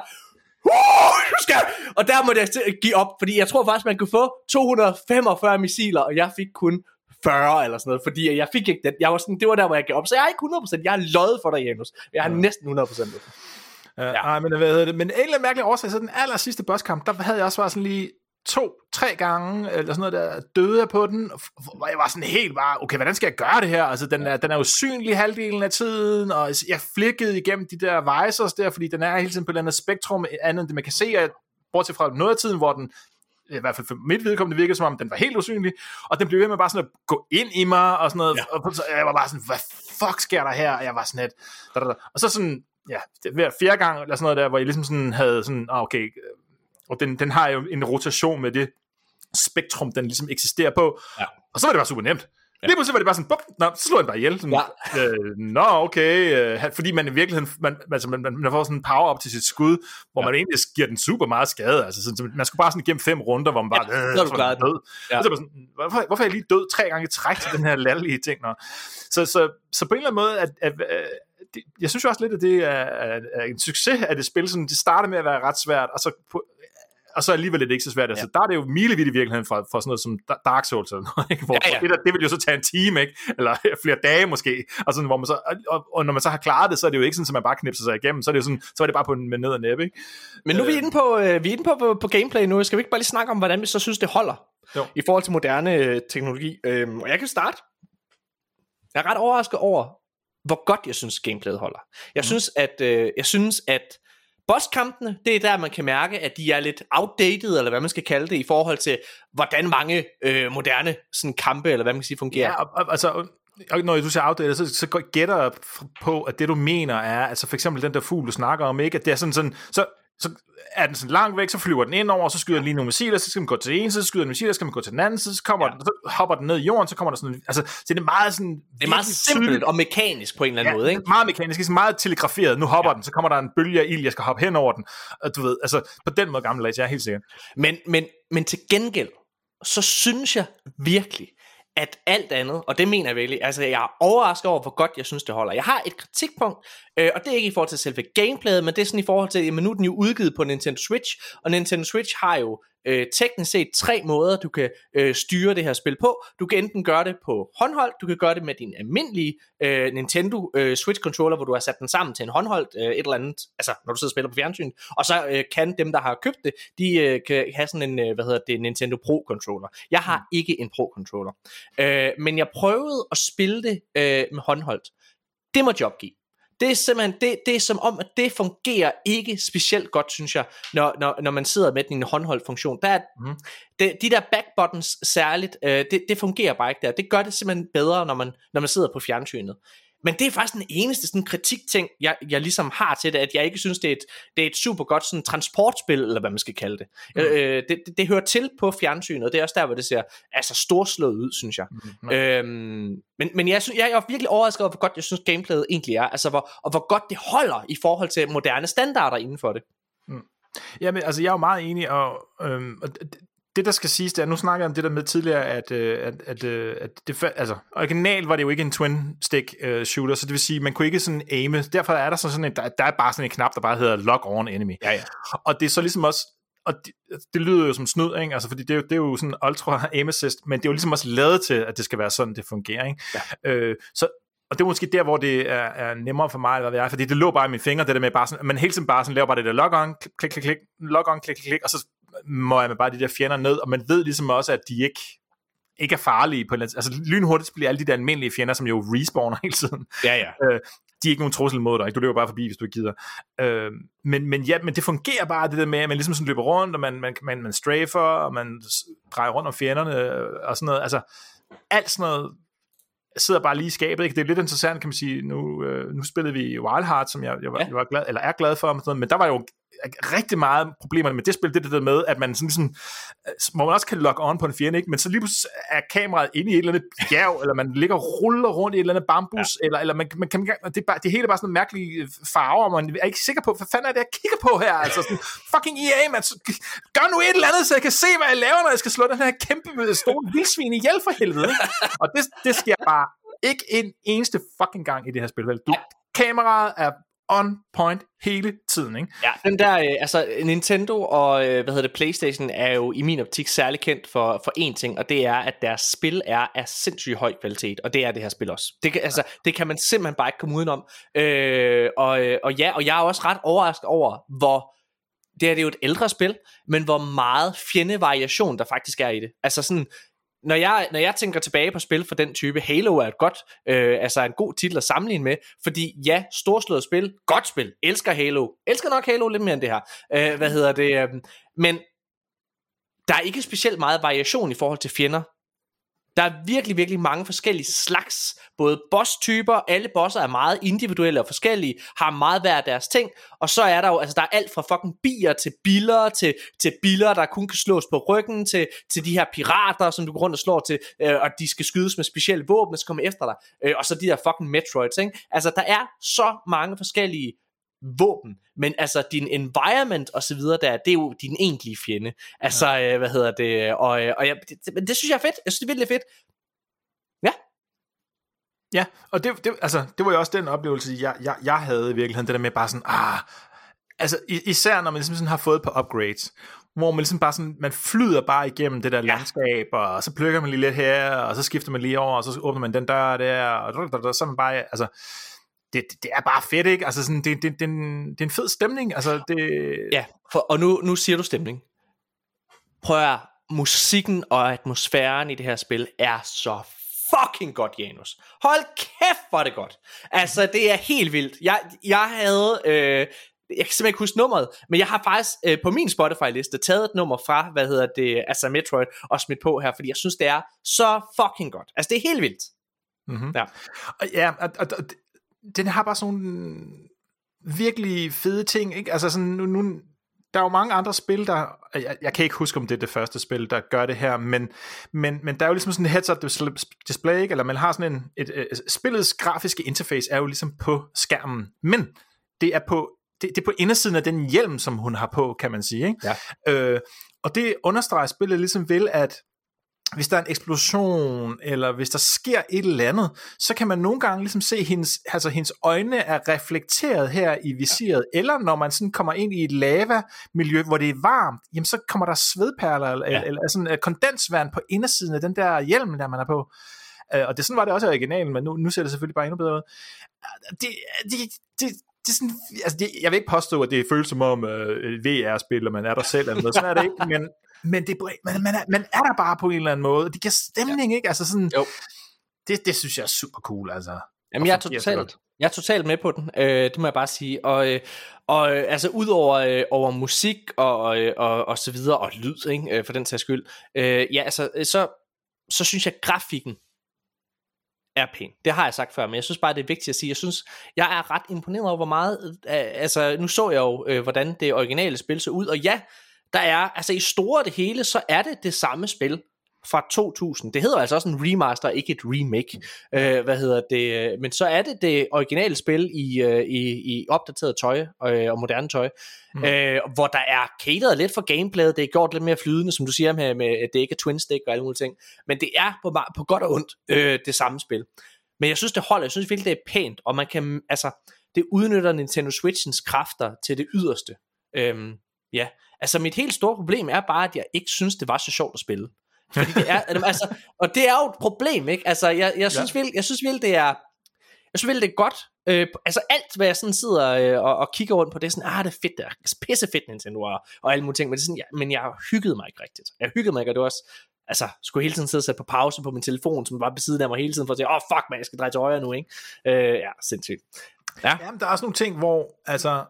Uh, skal... Og der måtte jeg give op, fordi jeg tror faktisk, man kunne få to hundrede og femogfyrre missiler, og jeg fik kun fyrre eller sådan noget, fordi jeg fik ikke den. Jeg var sådan, det var der, hvor jeg gav op. Så jeg er ikke hundrede procent. Jeg har løjet for dig, Janus. Jeg har ja. næsten hundrede procent. Ja, ja. Ej, men hvad hedder det? Men en eller anden mærkelig årsag, så den aller sidste bosskamp, der havde jeg også bare sådan lige to, tre gange, eller sådan noget der, døde jeg på den, hvor jeg var sådan helt bare, okay, hvordan skal jeg gøre det her? Altså, den er, den er usynlig halvdelen af tiden, og jeg flikkede igennem de der visors der, fordi den er hele tiden på et eller andet spektrum, andet end det man kan se, at bortset fra noget af tiden, hvor den, i hvert fald for mit vedkommende virkede som om, den var helt usynlig, og den blev ved med bare sådan at gå ind i mig, og sådan noget, ja. og så jeg var bare sådan, hvad fuck sker der her? Og jeg var sådan et, da, da, da. Og så sådan, ja, hver fjerde gang, eller sådan noget der, hvor jeg ligesom sådan havde sådan, okay, og den, den har jo en rotation med det spektrum, den ligesom eksisterer på. Ja. Og så var det bare super nemt. Ja. Lige pludselig var det bare sådan, bup, nå, så slår den bare ihjel. Sådan, ja. øh, nå, okay. Øh, fordi man i virkeligheden, man, altså, man, man får sådan en power-up til sit skud, hvor ja. man egentlig giver den super meget skade. Altså, sådan, man skulle bare sådan igennem fem runder, hvor man bare, ja, øh, så er du klar død. Ja. Og så var sådan, hvorfor, hvorfor er jeg lige død tre gange i træk til den her lallige ting? Nå? Så, så, så på en eller anden måde, at, at, at det, jeg synes jo også lidt, at det er, er en succes af det spil. Sådan, det starter med at være ret svært, og så på, og så alligevel er det ikke så svært. Altså, ja. Der er det jo milevidt i virkeligheden for, for sådan noget som Dark Souls eller noget, ikke? Hvor, ja, ja. Det, der, det vil jo så tage en time, ikke? Eller flere dage måske, og, sådan, hvor man så, og, og når man så har klaret det, så er det jo ikke sådan, at man bare knipser sig igennem, så er det jo sådan, så er det bare på en, med ned og næppe, ikke? Men nu er vi inde på, øh, vi er inde på, på, på gameplay nu. Skal vi ikke bare lige snakke om, hvordan vi så synes, det holder jo. I forhold til moderne øh, teknologi? Øhm, og jeg kan starte. Jeg er ret overrasket over, hvor godt jeg synes, gameplayet holder. Jeg mm. synes, at øh, jeg synes, at bosskampene, det er der, man kan mærke, at de er lidt outdated, eller hvad man skal kalde det, i forhold til, hvordan mange øh, moderne sådan, kampe, eller hvad man kan sige, fungerer. Ja, og, altså, når du siger outdated, så, så gætter jeg på, at det du mener er, altså for eksempel den der fugl, du snakker om, ikke? At det er sådan sådan, så så er den sådan langt væk, så flyver den ind over, så skyder den lige nogle missiler, så skal man gå til den ene side, så skyder den missiler, så skal man gå til den anden side, så, kommer ja. den, så hopper den ned i jorden, så kommer der sådan, altså, så det er meget sådan... Det er meget simpelt og mekanisk på en eller anden ja, måde, ikke? meget mekanisk, så meget telegraferet. Nu hopper ja. den, så kommer der en bølge af ild, jeg skal hoppe hen over den, og du ved, altså, på den måde gammeldags, jeg er helt sikker. Men, men, men til gengæld, så synes jeg virkelig, at alt andet, og det mener jeg virkelig, altså jeg er overrasket over, hvor godt jeg synes, det holder. Jeg har et kritikpunkt, øh, og det er ikke i forhold til selve gameplayet, men det er sådan i forhold til, jamen nu er den jo udgivet på Nintendo Switch, og Nintendo Switch har jo øh, teknisk set tre måder, du kan øh, styre det her spil på. Du kan enten gøre det på håndholdt, du kan gøre det med din almindelige øh, Nintendo øh, Switch controller, hvor du har sat den sammen til en håndholdt, øh, et eller andet, altså når du sidder og spiller på fjernsyn, og så øh, kan dem, der har købt det, de øh, kan have sådan en, øh, hvad hedder det, Nintendo Pro controller. Jeg har ikke en Pro controller, øh, men jeg prøvede at spille det øh, med håndholdt. Det må job give. Det er simpelthen, det, det er som om, at det fungerer ikke specielt godt, synes jeg, når, når, når man sidder med den i en håndholdt funktion. Der er, mm. det, de der back buttons særligt, øh, det, det fungerer bare ikke der. Det gør det simpelthen bedre, når man, når man sidder på fjernsynet. Men det er faktisk den eneste sådan kritikting, jeg, jeg ligesom har til det, at jeg ikke synes, det er et, det er et super godt sådan transportspil, eller hvad man skal kalde det. Mm. Øh, det, det. Det hører til på fjernsynet, og det er også der, hvor det ser altså storslået ud, synes jeg. Mm. Øhm, men men jeg, synes, jeg er virkelig overrasket over, hvor godt jeg synes, gameplayet egentlig er, altså hvor, og hvor godt det holder i forhold til moderne standarder inden for det. Mm. Jamen, altså jeg er jo meget enig, og, øhm, og det der skal siges, det er, nu snakker jeg om det der med tidligere, at, at, at, at det, altså originalt var det jo ikke en twin stick uh, shooter, så det vil sige, man kunne ikke sådan aime, derfor er der sådan en, der, der er bare sådan en knap, der bare hedder lock on enemy, ja, ja. Og det er så ligesom også, og det, det lyder jo som snyd, ikke? Altså fordi det er, jo, det er jo sådan ultra aim assist, men det er jo ligesom også lavet til, at det skal være sådan, det fungerer, ikke? Ja. Øh, så og det er måske der, hvor det er, er nemmere for mig, eller hvad det er, fordi det lå bare i mine fingre, det der med bare sådan, man hele tiden bare sådan laver bare det der lock on, klik, klik, klik, lock on, klik, klik, klik, og så må jeg med bare de der fjender ned, og man ved ligesom også, at de ikke, ikke er farlige på en eller anden, altså lynhurtigt bliver alle de der almindelige fjender, som jo respawner hele tiden. Ja, ja. Øh, de er ikke nogen trussel mod dig, ikke? Du løber bare forbi, hvis du ikke gider. Øh, men, men ja, men det fungerer bare, det der med, at man ligesom sådan løber rundt, og man, man, man, man strafer, og man drejer rundt om fjenderne, og sådan noget, altså alt sådan noget sidder bare lige i skabet, ikke? Det er lidt interessant, kan man sige, nu, øh, nu spillede vi Wild Hearts, som jeg, jeg, var, ja. jeg var glad, eller er glad for, men der var jo rigtig meget problemer med det spil, det der med, at man sådan, sådan hvor man også kan logge on på en fjende, ikke? Men så lige pludselig er kameraet inde i et eller andet bjerg, eller man ligger og ruller rundt i et eller andet bambus, ja. eller, eller man, man kan, det, er bare, det hele er bare sådan en mærkelig farver, og man er ikke sikker på, hvad fanden er det, jeg kigger på her, altså sådan, fucking E A, man, gør nu et eller andet, så jeg kan se, hvad jeg laver, når jeg skal slå den her kæmpe store vildsvin ihjel for helvede, ikke? Og det, det sker bare ikke en eneste fucking gang i det her spil, vel? Du, kameraet er on point hele tiden, ikke? Ja, den der, øh, altså Nintendo og, øh, hvad hedder det, PlayStation er jo i min optik særlig kendt for, for én ting, og det er, at deres spil er af sindssygt høj kvalitet, og det er det her spil også. Det, altså, det kan man simpelthen bare ikke komme udenom. Øh, og, og ja, og jeg er også ret overrasket over, hvor, det er det jo et ældre spil, men hvor meget fjendevariation der faktisk er i det. Altså sådan, Når jeg, når jeg tænker tilbage på spil for den type, Halo er et godt, øh, altså en god titel at sammenligne med, fordi ja, storslået spil, godt spil, elsker Halo, elsker nok Halo lidt mere end det her, øh, hvad hedder det, øh, men der er ikke specielt meget variation i forhold til fjender. Der er virkelig, virkelig mange forskellige slags, både boss-typer, alle bosser er meget individuelle og forskellige, har meget hver deres ting, og så er der jo, altså der er alt fra fucking bier til biller, til, til biller, der kun kan slås på ryggen, til, til de her pirater, som du går rundt og slår til, øh, og de skal skydes med specielle våben, der skal komme efter dig, øh, og så de der fucking Metroids, ikke? Altså der er så mange forskellige våben, men altså din environment og så videre der, det er jo din egentlige fjende. Altså, ja. øh, hvad hedder det, og, og jeg, det, det, det synes jeg er fedt, jeg synes det er virkelig fedt. Ja. Ja, og det, det, altså, det var jo også den oplevelse, jeg, jeg, jeg havde i virkeligheden, det der med bare sådan, ah, altså især når man ligesom sådan har fået på upgrades, hvor man ligesom bare sådan, man flyder bare igennem det der ja. landskab, og så plukker man lige lidt her, og så skifter man lige over, og så åbner man den dør der, og så er man bare, altså, Det, det er bare fedt, ikke? Altså sådan, det, det, det, det er en fed stemning. Altså, det... Ja, for, og nu, nu siger du stemning. Prøv at musikken og atmosfæren i det her spil er så fucking godt, Janus. Hold kæft, hvor er det godt. Altså, det er helt vildt. Jeg, jeg havde... Øh, jeg kan simpelthen ikke huske nummeret, men jeg har faktisk øh, på min Spotify-liste taget et nummer fra, hvad hedder det, altså Metroid, og smidt på her, fordi jeg synes, det er så fucking godt. Altså, det er helt vildt. Mm-hmm. Ja, og, ja og, og, og den har bare sådan nogle virkelig fede ting, ikke? Altså sådan, nu, nu der er jo mange andre spil, der, jeg, jeg kan ikke huske, om det er det første spil, der gør det her, men, men, men der er jo ligesom sådan en heads-up display, ikke? Eller man har sådan en, et, et, spillets grafiske interface er jo ligesom på skærmen, men det er på, det, det er på indersiden af den hjelm, som hun har på, kan man sige, ikke? Ja. Øh, og det understreger spillet ligesom vel, at hvis der er en eksplosion, eller hvis der sker et eller andet, så kan man nogle gange ligesom se, hendes, altså hendes øjne er reflekteret her i visiret, ja. Eller når man sådan kommer ind i et lava-miljø, hvor det er varmt, jamen så kommer der svedperler, ja. eller, eller sådan uh, kondensvand på indersiden af den der hjelm, der man er på. Uh, og det sådan var det også i originalen, men nu, nu ser det selvfølgelig bare endnu bedre ud. Det, det, det, det er sådan, altså det, jeg vil ikke påstå, at det føles som om uh, V R-spil, og man er der selv, eller noget, sådan er det ikke, men Men det, man, man, er, man er der bare på en eller anden måde. Det giver stemning, ja. Ikke? Altså sådan, det, det synes jeg er super cool. Altså. Jamen, jeg er, totalt, jeg er totalt med på den, øh, det må jeg bare sige. Og, øh, og øh, altså ud over, øh, over musik og, og, og, og så videre, og lyd, ikke? Øh, for den sags skyld, øh, ja, altså, så, så synes jeg, at grafikken er pæn. Det har jeg sagt før, men jeg synes bare, det er vigtigt at sige. Jeg synes, jeg er ret imponeret over, hvor meget, øh, altså nu så jeg jo, øh, hvordan det originale spil så ud, og ja, der er, altså i store det hele, så er det det samme spil fra to tusind. Det hedder altså også en remaster, ikke et remake. Øh, hvad hedder det? Men så er det det originale spil i, i, i opdateret tøj og, og moderne tøj, mm. øh, hvor der er cateret lidt for gameplayet. Det er gjort lidt mere flydende, som du siger, med, med at det ikke er twin stick og alle mulige ting. Men det er på, på godt og ondt øh, det samme spil. Men jeg synes, det holder. Jeg synes virkelig, det er pænt, og man kan, altså, det udnytter Nintendo Switchens kræfter til det yderste. Øhm, ja, altså mit helt store problem er bare, at jeg ikke synes, det var så sjovt at spille. Fordi det er, altså, og det er jo et problem, ikke? Altså, jeg, jeg synes ja. virkelig, jeg synes virkelig, det er, jeg synes virkelig, det er godt. Øh, altså alt, hvad jeg sådan sidder øh, og, og kigger rundt på, det er sådan, ah, det er fedt, det er pisse fedt Nintendo og, og alle mulige ting, men det er sådan, ja, men jeg hyggede mig ikke rigtigt. Jeg hyggede mig ikke, og det var også, altså, skulle hele tiden sidde og sætte på pause på min telefon, som var ved siden af mig hele tiden, for at sige, åh, oh, fuck, man, jeg skal dreje til højre nu, ikke? Øh, ja, sindssygt. Ja. Jamen, der er også nogle ting, hvor, altså,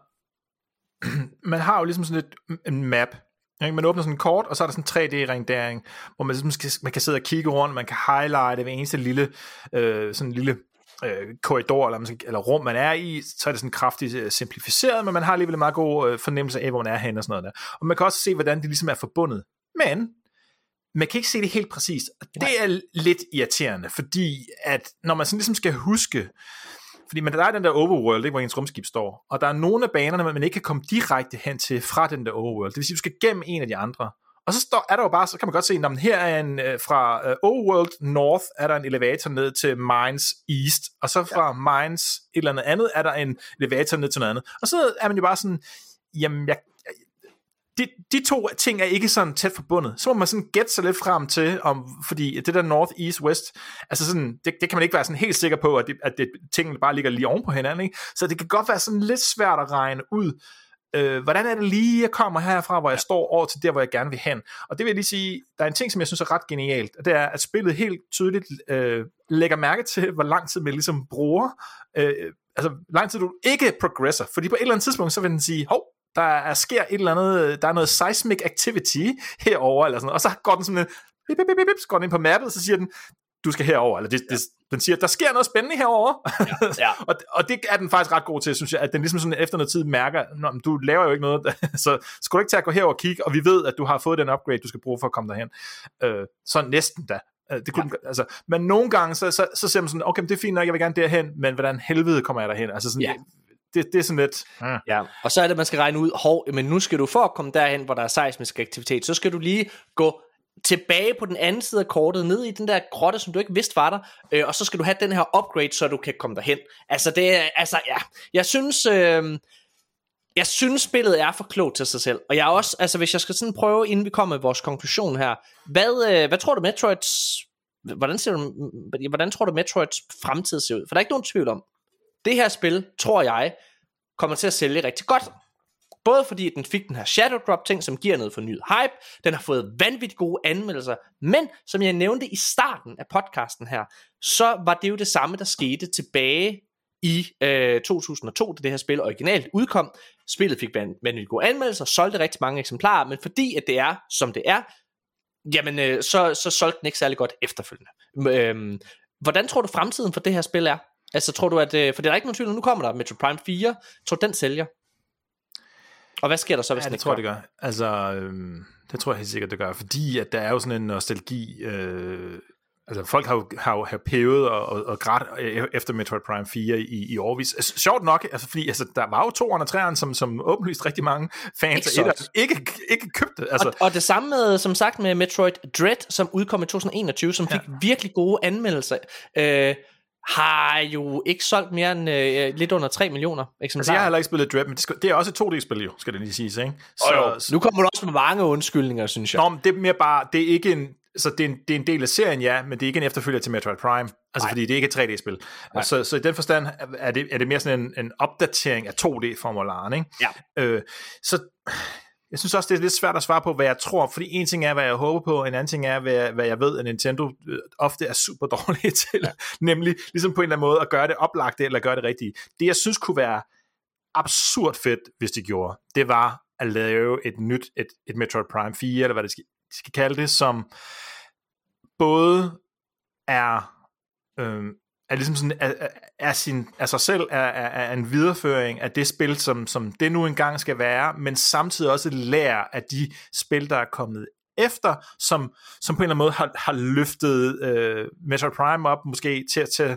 man har jo ligesom sådan et, en map. Man åbner sådan en kort, og så er der sådan en tre D-rendering, hvor man, ligesom, man kan sidde og kigge rundt, man kan highlighte hver eneste lille, øh, sådan en lille øh, korridor, eller, man skal, eller rum, man er i, så er det sådan kraftigt øh, simplificeret, men man har alligevel en meget god øh, fornemmelse af, hvor man er henne og sådan noget der. Og man kan også se, hvordan det ligesom er forbundet. Men man kan ikke se det helt præcist, og det er lidt irriterende, fordi at når man sådan ligesom skal huske, fordi man, der er den der overworld, ikke, hvor ens rumskib står, og der er nogle af banerne, man ikke kan komme direkte hen til fra den der overworld. Det vil sige, du skal gennem en af de andre. Og så står, er der jo bare, så kan man godt se, at her er en, fra uh, Overworld North, er der en elevator ned til Mines East, og så fra ja. Mines et eller andet andet, er der en elevator ned til noget andet. Og så er man jo bare sådan, jamen, jeg, de, de to ting er ikke sådan tæt forbundet. Så må man sådan gætte sig lidt frem til, om, fordi det der North, East, West, altså sådan, det, det kan man ikke være sådan helt sikker på, at, det, at det, tingene bare ligger lige oven på hinanden, ikke? Så det kan godt være sådan lidt svært at regne ud, øh, hvordan er det lige, jeg kommer herfra, hvor jeg står over til der, hvor jeg gerne vil hen. Og det vil jeg lige sige, der er en ting, som jeg synes er ret genialt, og det er, at spillet helt tydeligt øh, lægger mærke til, hvor lang tid man ligesom bruger, øh, altså lang tid du ikke progresser, fordi på et eller andet tidspunkt, så vil den sige, hov, der er, sker et eller andet, der er noget seismic activity herover eller sådan, og så går den sådan en, bip, bip, bip, bip, så går den ind på mappet, og så siger den, du skal herover, eller det, ja. det, den siger, der sker noget spændende herover, ja, ja. og, og det er den faktisk ret god til, synes jeg, at den ligesom sådan efter noget tid mærker, Nå, du laver jo ikke noget, så skulle du ikke tage at gå herover og kigge, og vi ved, at du har fået den upgrade, du skal bruge for at komme derhen. Øh, så næsten da. Det kunne, ja. altså, men nogle gange, så, så, så siger man sådan, okay, det er fint nok, jeg vil gerne derhen, men hvordan helvede kommer jeg derhen? Altså sådan, ja. Det, det er sådan lidt hmm. Ja, og så er det, man skal regne ud, hov, men nu skal du for at komme derhen, hvor der er seismisk aktivitet, så skal du lige gå tilbage på den anden side af kortet, ned i den der grotte, som du ikke vidste var der, øh, og så skal du have den her upgrade, så du kan komme derhen. Altså det er, altså ja, jeg synes, øh, jeg synes spillet er for klogt til sig selv, og jeg er også, altså hvis jeg skal sådan prøve, inden vi kommer med vores konklusion her, hvad, øh, hvad tror du Metroids, hvordan, ser du, hvordan tror du Metroids fremtid ser ud? For der er ikke nogen tvivl om, det her spil, tror jeg, kommer til at sælge rigtig godt. Både fordi den fik den her Shadow Drop ting, som giver noget fornyet hype. Den har fået vanvittigt gode anmeldelser. Men som jeg nævnte i starten af podcasten her, så var det jo det samme, der skete tilbage i øh, to tusind og to, da det her spil originalt udkom. Spillet fik vanvittigt gode anmeldelser, solgte rigtig mange eksemplarer, men fordi at det er, som det er, jamen øh, så, så solgte den ikke særlig godt efterfølgende. Øh, hvordan tror du fremtiden for det her spil er? Altså tror du at, for det er der ikke nogen tvivl, nu kommer der Metroid Prime fire, tror du den sælger? Og hvad sker der så, hvis ja, det det tror jeg, det gør. Altså, øhm, det tror jeg helt sikkert, det gør, fordi at der er jo sådan en nostalgi. Øh, altså, folk har jo, har jo har pævet og, og, og grædt efter Metroid Prime fire i, i årvis. Altså, sjovt nok, altså, fordi altså, der var jo toeren og treeren, som, som åbenlyst rigtig mange fans af et, ikke, ikke købte. Altså. Og, og det samme med, som sagt, med Metroid Dread, som udkom i to tusind enogtyve, som fik ja. virkelig gode anmeldelser. Øh, har jo ikke solgt mere end øh, lidt under tre millioner eksemplarer. Altså jeg har heller ikke spillet Dread, men det, skal, det er også et to D-spil jo, skal det lige siges, ikke? Så, oh, nu kommer der også med mange undskyldninger, synes jeg. Nå, men det er mere bare, det er ikke en, så det er en, det er en del af serien, ja, men det er ikke en efterfølger til Metroid Prime, altså Nej. fordi det er ikke et tre D-spil. Så, så i den forstand er det, er det mere sådan en, en opdatering af to D-formularen, ikke? Ja. Øh, så jeg synes også, det er lidt svært at svare på, hvad jeg tror, fordi en ting er, hvad jeg håber på, en anden ting er, hvad jeg, hvad jeg ved, at Nintendo ofte er super dårlige til, ja. nemlig ligesom på en eller anden måde at gøre det oplagte, eller gøre det rigtige. Det, jeg synes kunne være absurd fedt, hvis de gjorde, det var at lave et nyt, et, et Metroid Prime fire, eller hvad det skal, de skal kalde det, som både er... Øhm, er ligesom sådan, er, er, sin, er sig selv er, er, er en videreføring af det spil, som, som det nu engang skal være, men samtidig også lærer af de spil, der er kommet efter, som, som på en eller anden måde har, har løftet øh, Metroid Prime op, måske til, til,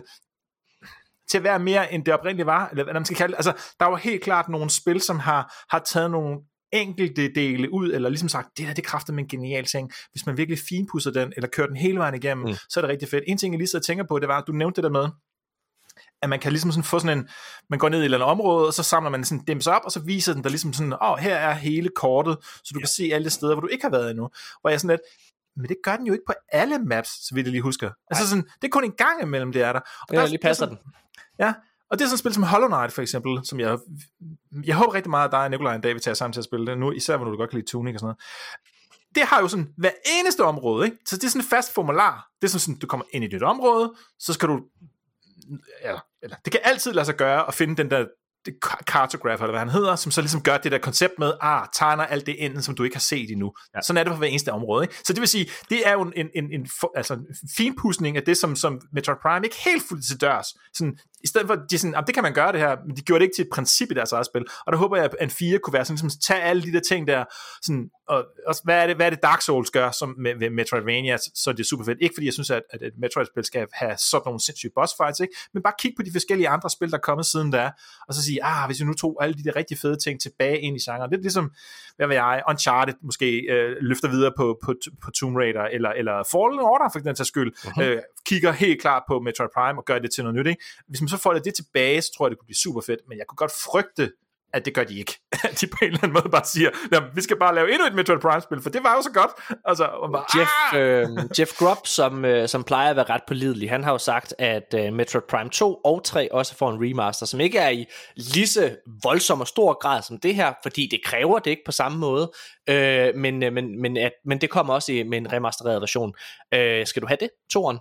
til at være mere, end det oprindeligt var, eller hvad man skal kalde det. Altså, der var helt klart nogle spil, som har, har taget nogle enkelte dele ud, eller ligesom sagt, det der, det kræfter med en genial ting. Hvis man virkelig finpudser den, eller kører den hele vejen igennem, mm. så er det rigtig fedt. En ting, jeg lige så tænker på, det var, at du nævnte det der med, at man kan ligesom sådan få sådan en, man går ned i et eller andet område, og så samler man sådan dims op, og så viser den der ligesom sådan, åh, oh, her er hele kortet, så du ja. kan se alle de steder, hvor du ikke har været endnu. Hvor jeg sådan lidt, men det gør den jo ikke på alle maps, så vidt jeg lige husker. Nej. Altså sådan, det er kun en gang imellem, det er der. Og ja, der lige passer den. Ja, og det er sådan et spil som Hollow Knight for eksempel, som jeg, jeg håber rigtig meget, at dig og Nikolaj en dag vil tage sammen til at spille det, nu, især hvor du godt kan lide tuning og sådan noget. Det har jo sådan hver eneste område, ikke? Så det er sådan et fast formular. Det er sådan, du kommer ind i dit område, så skal du, ja, eller, det kan altid lade sig gøre at finde den der cartograph, eller hvad han hedder, som så ligesom gør det der koncept med, ah, tegner alt det ind, som du ikke har set endnu. Ja. Sådan er det på hver eneste område, ikke? Så det vil sige, det er jo en, en, en, altså en finpudsning af det, som, som Metroid Prime ikke helt fuldt til dørs. Sådan, i stedet for, de sådan, det kan man gøre det her, men de gjorde det ikke til et princip i deres eget spil. Og der håber jeg, at en fire kunne være sådan, ligesom, tage alle de der ting der, sådan, og, og hvad, er det, hvad er det Dark Souls gør som med, med Metroidvania, så er det super fedt. Ikke fordi jeg synes, at, at et Metroid-spil skal have sådan nogle sindssyge boss fights, ikke? Men bare kig på de forskellige andre spil, der er kommet siden der, og så sige, ah, hvis vi nu tog alle de der rigtig fede ting tilbage ind i genren, det er ligesom, hvad ved jeg, Uncharted måske øh, løfter videre på, på, på Tomb Raider, eller, eller Fallen Order for den tages skyld, uh-huh. øh, kigger helt klart på Metroid Prime og gør det til noget nyt, ikke? Hvis man så får det tilbage, så tror jeg, det kunne blive super fedt, men jeg kunne godt frygte, at det gør de ikke. De på en eller anden måde bare siger, vi skal bare lave endnu et Metroid Prime-spil, for det var jo så godt. Altså, bare, Jeff, øh, Jeff Grubb, som, øh, som plejer at være ret pålidelig, han har jo sagt, at øh, Metroid Prime to og tre også får en remaster, som ikke er i lige så voldsom og stor grad som det her, fordi det kræver det ikke på samme måde, øh, men, øh, men, men, at, men det kommer også i, med en remastereret version. Øh, skal du have det, toeren?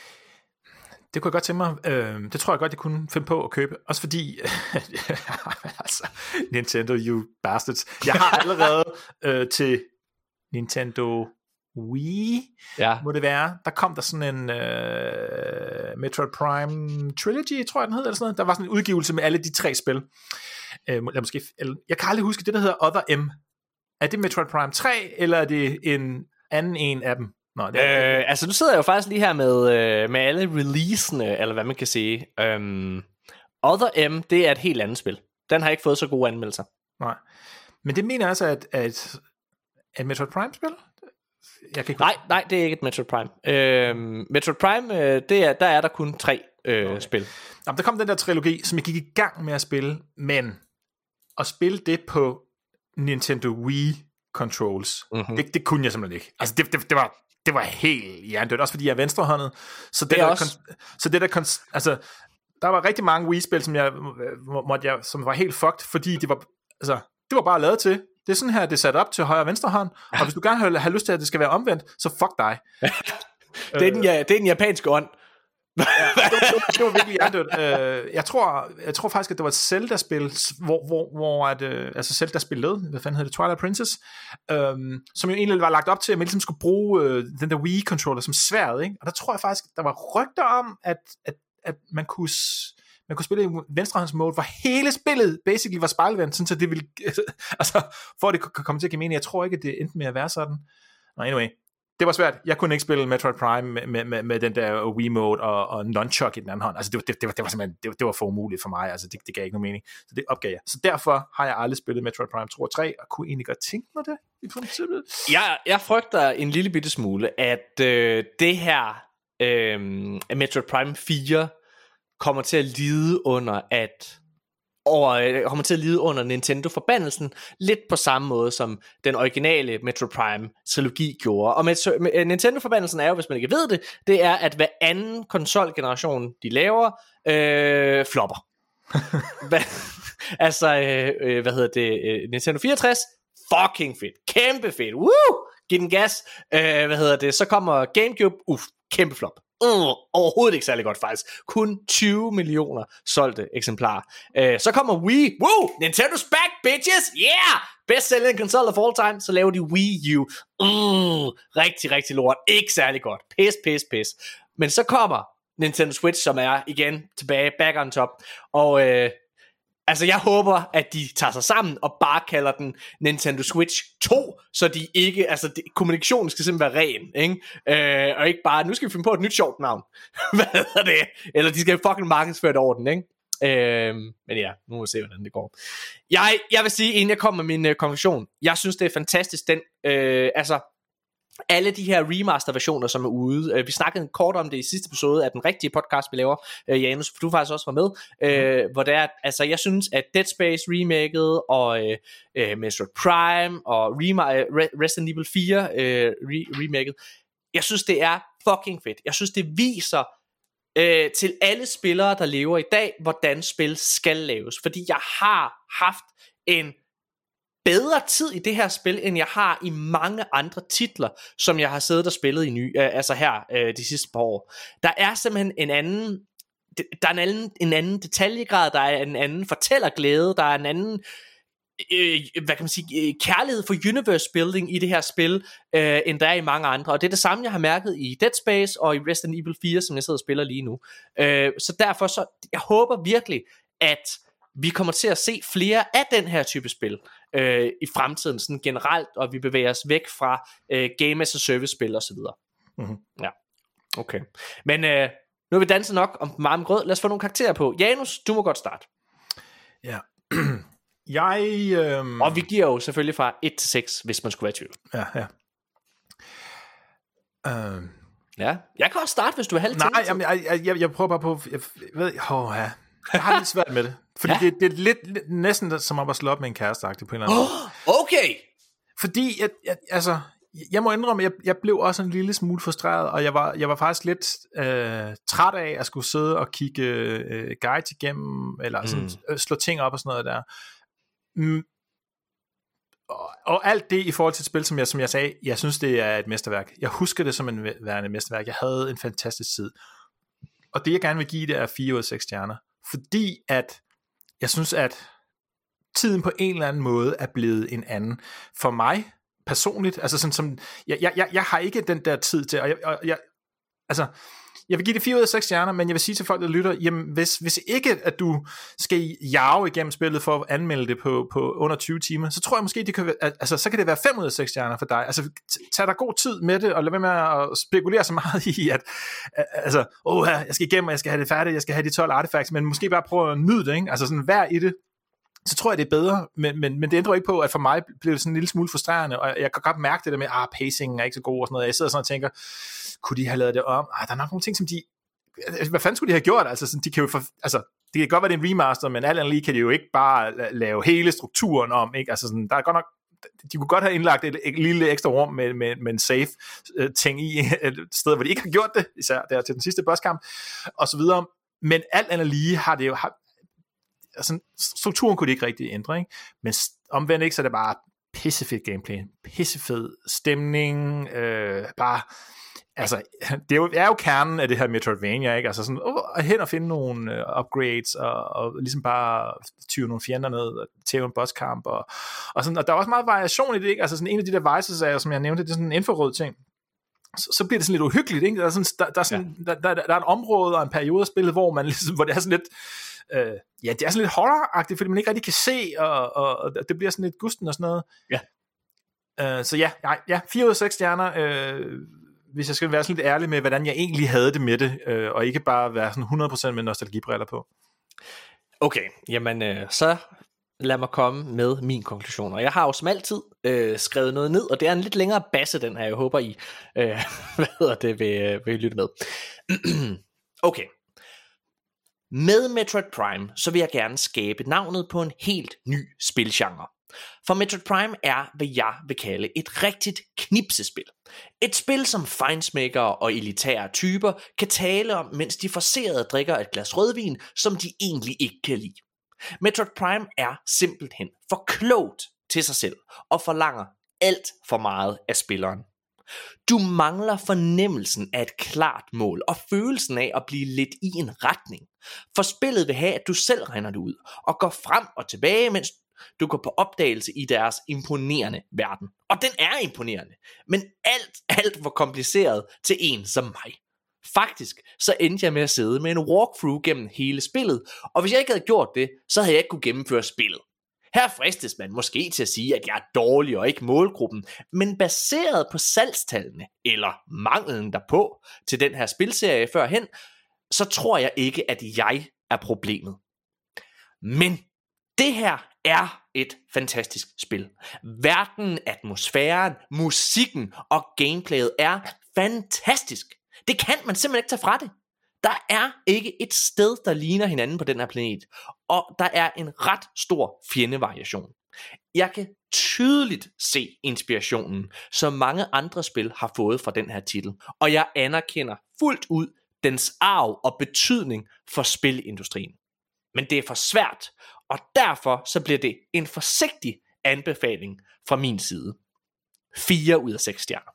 Det kunne jeg godt tænke mig. Øh, det tror jeg godt, jeg kunne finde på at købe. Også fordi, altså, Nintendo, you bastards. Jeg har allerede øh, til Nintendo Wii, ja. må det være, der kom der sådan en øh, Metroid Prime Trilogy, tror jeg den hed, eller sådan noget. Der var sådan en udgivelse med alle de tre spil. Øh, eller måske, eller, jeg kan aldrig huske det, der hedder Other M. Er det Metroid Prime tre, eller er det en anden en af dem? Nå, det er... øh, altså nu sidder jeg jo faktisk lige her med, øh, med alle releasene, eller hvad man kan sige. um, Other M, det er et helt andet spil. Den har ikke fået så gode anmeldelser. Nej, men det mener altså at, at, at Metroid Prime spil? Jeg kan ikke... nej, nej, det er ikke et Metroid Prime. øhm, Metroid Prime, øh, det er, der er der kun tre øh, okay. spil. Jamen, der kom den der trilogi, som jeg gik i gang med at spille, men at spille det på Nintendo Wii controls, mm-hmm. det, det kunne jeg simpelthen ikke. Altså det, det, det var det var helt hjernedødt, også fordi jeg er venstrehåndet. Så det, det der, også... så det der, altså, der var rigtig mange Wii-spil, som jeg måtte, jeg, som var helt fucked, fordi det var, altså, det var bare lavet til. Det er sådan her, det er sat op til højre og venstre hånd, og hvis du gerne har, har lyst til, at det skal være omvendt, så fuck dig. det, er den, ja, det er den japanske ånd. Ja, det, var, det var virkelig hjernedødt. Jeg tror, jeg tror faktisk, at det var et Zelda-spil, hvor, hvor, hvor at, altså Zelda-spil led, hvad fanden hedder det, Twilight Princess, øhm, som jo egentlig var lagt op til, at man ligesom skulle bruge øh, den der Wii-controller som sværd, ikke? Og der tror jeg faktisk, der var rygter om, at, at, at man kunne man kunne spille i venstrehåndsmode, hvor hele spillet basically var spejlvendt, sådan så det ville, altså, for at det kunne komme til at give mening. Jeg tror ikke, at det endte med at være sådan. No, anyway, det var svært. Jeg kunne ikke spille Metroid Prime med, med, med, med den der Wiimote og, og nunchuck i den anden hånd. Altså, det, det, det, var, det var simpelthen, det, det var for umuligt for mig. Altså, det, det gav ikke nogen mening. Så det opgav jeg. Så derfor har jeg aldrig spillet Metroid Prime to og tre, og kunne egentlig godt tænke mig det i princippet. Jeg, jeg frygter en lille bitte smule, at øh, det her øh, Metroid Prime fire kommer til at lide under, at og kommer til at lide under Nintendo-forbandelsen, lidt på samme måde som den originale Metroid Prime-trilogi gjorde. Og med, Nintendo-forbandelsen er jo, hvis man ikke ved det, det er, at hver anden konsolgeneration, de laver, øh, flopper. Hva, altså, øh, hvad hedder det, Nintendo fireogtres, fucking fedt, kæmpe fedt, woo, giv den gas, øh, hvad hedder det, så kommer GameCube, uff, kæmpe flop. Uh, overhovedet ikke særlig godt faktisk. Kun tyve millioner solgte eksemplarer. uh, Så kommer Wii. Woo, Nintendo's back, bitches. Yeah, best selling console of all time. Så laver de Wii U. uh, Rigtig, rigtig lort. Ikke særlig godt. Pis, pis, pis. Men så kommer Nintendo Switch, som er igen tilbage, back on top. Og uh, altså jeg håber, at de tager sig sammen og bare kalder den Nintendo Switch to, så de ikke, altså de, kommunikationen skal simpelthen være ren, ikke? Øh, og ikke bare, nu skal vi finde på et nyt sjovt navn. Hvad er det? Eller de skal fucking markedsføre det over den, ikke? Øh, men ja, nu må vi se, hvordan det går. Jeg, jeg vil sige, inden jeg kommer med min øh, konklusion, jeg synes, det er fantastisk, den, øh, altså, alle de her remaster-versioner, som er ude. Vi snakkede kort om det i sidste episode af den rigtige podcast, vi laver, Janus, for du faktisk også var med, mm. øh, hvor det er, altså jeg synes, at Dead Space remaket, og øh, Metroid Prime, og Rema- Resident Evil fire øh, re- remaket, jeg synes, det er fucking fedt. Jeg synes, det viser øh, til alle spillere, der lever i dag, hvordan spil skal laves. Fordi jeg har haft en bedre tid i det her spil, end jeg har i mange andre titler, som jeg har siddet og spillet i ny, øh, altså her øh, de sidste par år. Der er simpelthen en anden, der er en anden, en anden detaljegrad, der er en anden fortællerglæde, der er en anden, øh, hvad kan man sige, kærlighed for universe building i det her spil, øh, end der er i mange andre. Og det er det samme, jeg har mærket i Dead Space og i Resident Evil fire, som jeg sidder og spiller lige nu. Øh, så derfor så, jeg håber virkelig, at vi kommer til at se flere af den her type spil øh, i fremtiden sådan generelt, og vi bevæger os væk fra øh, game as a service spil og så videre. Mm-hmm. Ja, okay. Men øh, nu er vi danset nok om meget grød. Lad os få nogle karakterer på. Janus, du må godt starte. Ja. Jeg øhm... Og vi giver jo selvfølgelig fra et til seks, hvis man skulle være i tvivl. Ja, ja. Øhm... Ja, jeg kan også starte, hvis du vil have lidt. Nej, jamen, jeg, jeg, jeg, jeg prøver bare på, jeg ved, åh, ja. Jeg har lidt svært med det. Fordi ja? det, det er lidt, lidt næsten som om at slå op med en kæresteagtig på en eller anden måde. Oh, okay. Fordi, jeg, jeg, altså, jeg må indrømme, jeg, jeg blev også en lille smule frustreret, og jeg var, jeg var faktisk lidt øh, træt af at skulle sidde og kigge øh, guides igennem, eller sådan, mm. slå ting op og sådan noget der. Mm. Og, og alt det i forhold til et spil, som jeg, som jeg sagde, jeg synes, det er et mesterværk. Jeg husker det som en værende mesterværk. Jeg havde en fantastisk tid. Og det, jeg gerne vil give, det er fire ud af seks stjerner. Fordi at jeg synes, at tiden på en eller anden måde er blevet en anden. For mig personligt, altså sådan som, jeg, jeg, jeg har ikke den der tid til, og jeg, og jeg altså, jeg vil give det fire ud af seks stjerner, men jeg vil sige til folk, der lytter, jamen hvis, hvis ikke, at du skal jage igennem spillet for at anmelde det på, på under tyve timer, så tror jeg måske, det kan, altså, så kan det være fem ud af seks stjerner for dig. Altså, tag dig god tid med det, og lad være med at spekulere så meget i, at, altså, åh, jeg skal igennem, og jeg skal have det færdigt, jeg skal have de tolv artefacts, men måske bare prøve at nyde det, ikke? Altså sådan, vær i det, så tror jeg, det er bedre, men, men, men det ændrer ikke på, at for mig blev det sådan en lille smule frustrerende, og jeg kan godt mærke det der med, ah, pacingen er ikke så god og sådan noget. Jeg sidder sådan og tænker, kunne de have lavet det om? Ah, der er nok nogle ting, som de, hvad fanden skulle de have gjort? Altså, sådan, de kan jo for, altså, det kan godt være, det er en remaster, men alt andet lige kan de jo ikke bare lave hele strukturen om, ikke? Altså, sådan, der er godt nok, de kunne godt have indlagt et, et lille ekstra rum med, med, med en safe uh, ting i et sted, hvor de ikke har gjort det, især der til den sidste bosskamp, og så videre. Men alt andet lige har det jo, har, altså, strukturen kunne de ikke rigtig ændre, ikke? Men omvendt ikke, så er det bare pissefedt gameplay, pissefed stemning, øh, bare, altså, det er jo, er jo kernen af det her Metroidvania, ikke? Altså sådan, uh, hen og finde nogle uh, upgrades, og, og ligesom bare tyve nogle fjender ned, og tæve en bosskamp, og, og sådan, og der er også meget variation i det, ikke? Altså sådan en af de der vices, er, som jeg nævnte, det er sådan en infrarød ting, så, så bliver det sådan lidt uhyggeligt, ikke? Der er, sådan, der, der, er sådan, ja. der, der, der er et område og en periode af spillet, hvor man ligesom, hvor det er sådan lidt, øh, ja, det er sådan lidt horror-agtigt, fordi man ikke rigtig kan se, og, og, og det bliver sådan lidt gusten og sådan noget. Ja. Øh, så ja, ja, ja, fire ud af seks stjerner, øh, hvis jeg skal være sådan lidt ærlig med, hvordan jeg egentlig havde det med det, øh, og ikke bare være sådan hundrede procent med nostalgibriller på. Okay, jamen øh, så lad mig komme med min konklusion. Og jeg har jo som altid øh, skrevet noget ned, og det er en lidt længere basse, den her, jeg håber I øh, hvad hedder det, vil, vil lytte med. Okay. Med Metroid Prime, så vil jeg gerne skabe navnet på en helt ny spilgenre. For Metroid Prime er, hvad jeg vil kalde et rigtigt knipsespil. Et spil, som fejnsmækkere og elitære typer kan tale om, mens de forserede drikker et glas rødvin, som de egentlig ikke kan lide. Metroid Prime er simpelthen for klogt til sig selv og forlanger alt for meget af spilleren. Du mangler fornemmelsen af et klart mål og følelsen af at blive lidt i en retning. For spillet vil have, at du selv regner det ud og går frem og tilbage, mens du går på opdagelse i deres imponerende verden. Og den er imponerende, men alt, alt for kompliceret til en som mig. Faktisk så endte jeg med at sidde med en walkthrough gennem hele spillet, og hvis jeg ikke havde gjort det, så havde jeg ikke kunne gennemføre spillet. Her fristes man måske til at sige, at jeg er dårlig og ikke målgruppen, men baseret på salgstallene, eller manglen derpå til den her spilserie førhen, så tror jeg ikke, at jeg er problemet. Men det her er et fantastisk spil. Verdenen, atmosfæren, musikken og gameplayet er fantastisk. Det kan man simpelthen ikke tage fra det. Der er ikke et sted, der ligner hinanden på den her planet, og der er en ret stor fjendevariation. Jeg kan tydeligt se inspirationen, som mange andre spil har fået fra den her titel, og jeg anerkender fuldt ud dens arv og betydning for spilindustrien. Men det er for svært, og derfor så bliver det en forsigtig anbefaling fra min side. fire ud af seks stjerner.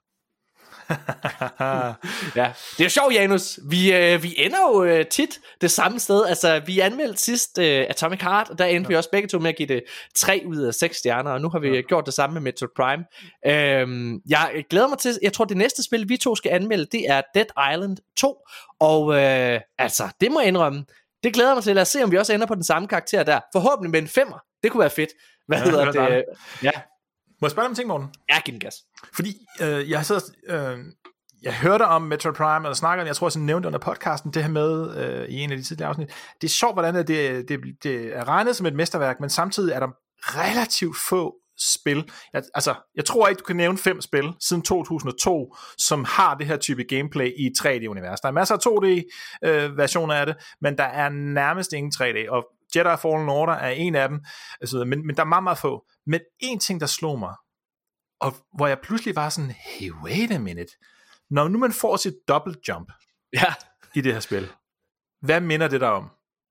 Ja, det er sjovt, Janus. Vi, øh, vi ender jo øh, tit det samme sted. Altså, vi anmeldte sidst øh, Atomic Heart, og der endte ja. vi også begge to med at give det tre ud af seks stjerner, og nu har vi ja. gjort det samme med Metroid Prime. Øhm, jeg glæder mig til, jeg tror det næste spil, vi to skal anmelde, det er Dead Island to, og øh, altså, det må jeg indrømme, det glæder mig til. Lad os se, om vi også ender på den samme karakter der. Forhåbentlig med en femmer. Det kunne være fedt. Hvad ja, hedder det? det? Ja. Må jeg spørge dig om ting, Morten? Ja, giv den gas. Fordi øh, jeg sidder, øh, jeg hørte om Metroid Prime, og snakker, jeg tror, jeg nævnte under podcasten, det her med øh, i en af de tidligere afsnit. Det er sjovt, hvordan det, det, det er regnet som et mesterværk, men samtidig er der relativt få spil. Jeg, altså, jeg tror ikke, du kan nævne fem spil siden to tusind og to, som har det her type gameplay i tre D-univers. Der er masser af to D-versioner øh, af det, men der er nærmest ingen tre D, og Jedi Fallen Order er en af dem, altså, men, men der er meget, meget få. Men en ting, der slog mig, og hvor jeg pludselig var sådan, hey, wait a minute, når nu man får sit double jump ja. i det her spil, hvad minder det der om?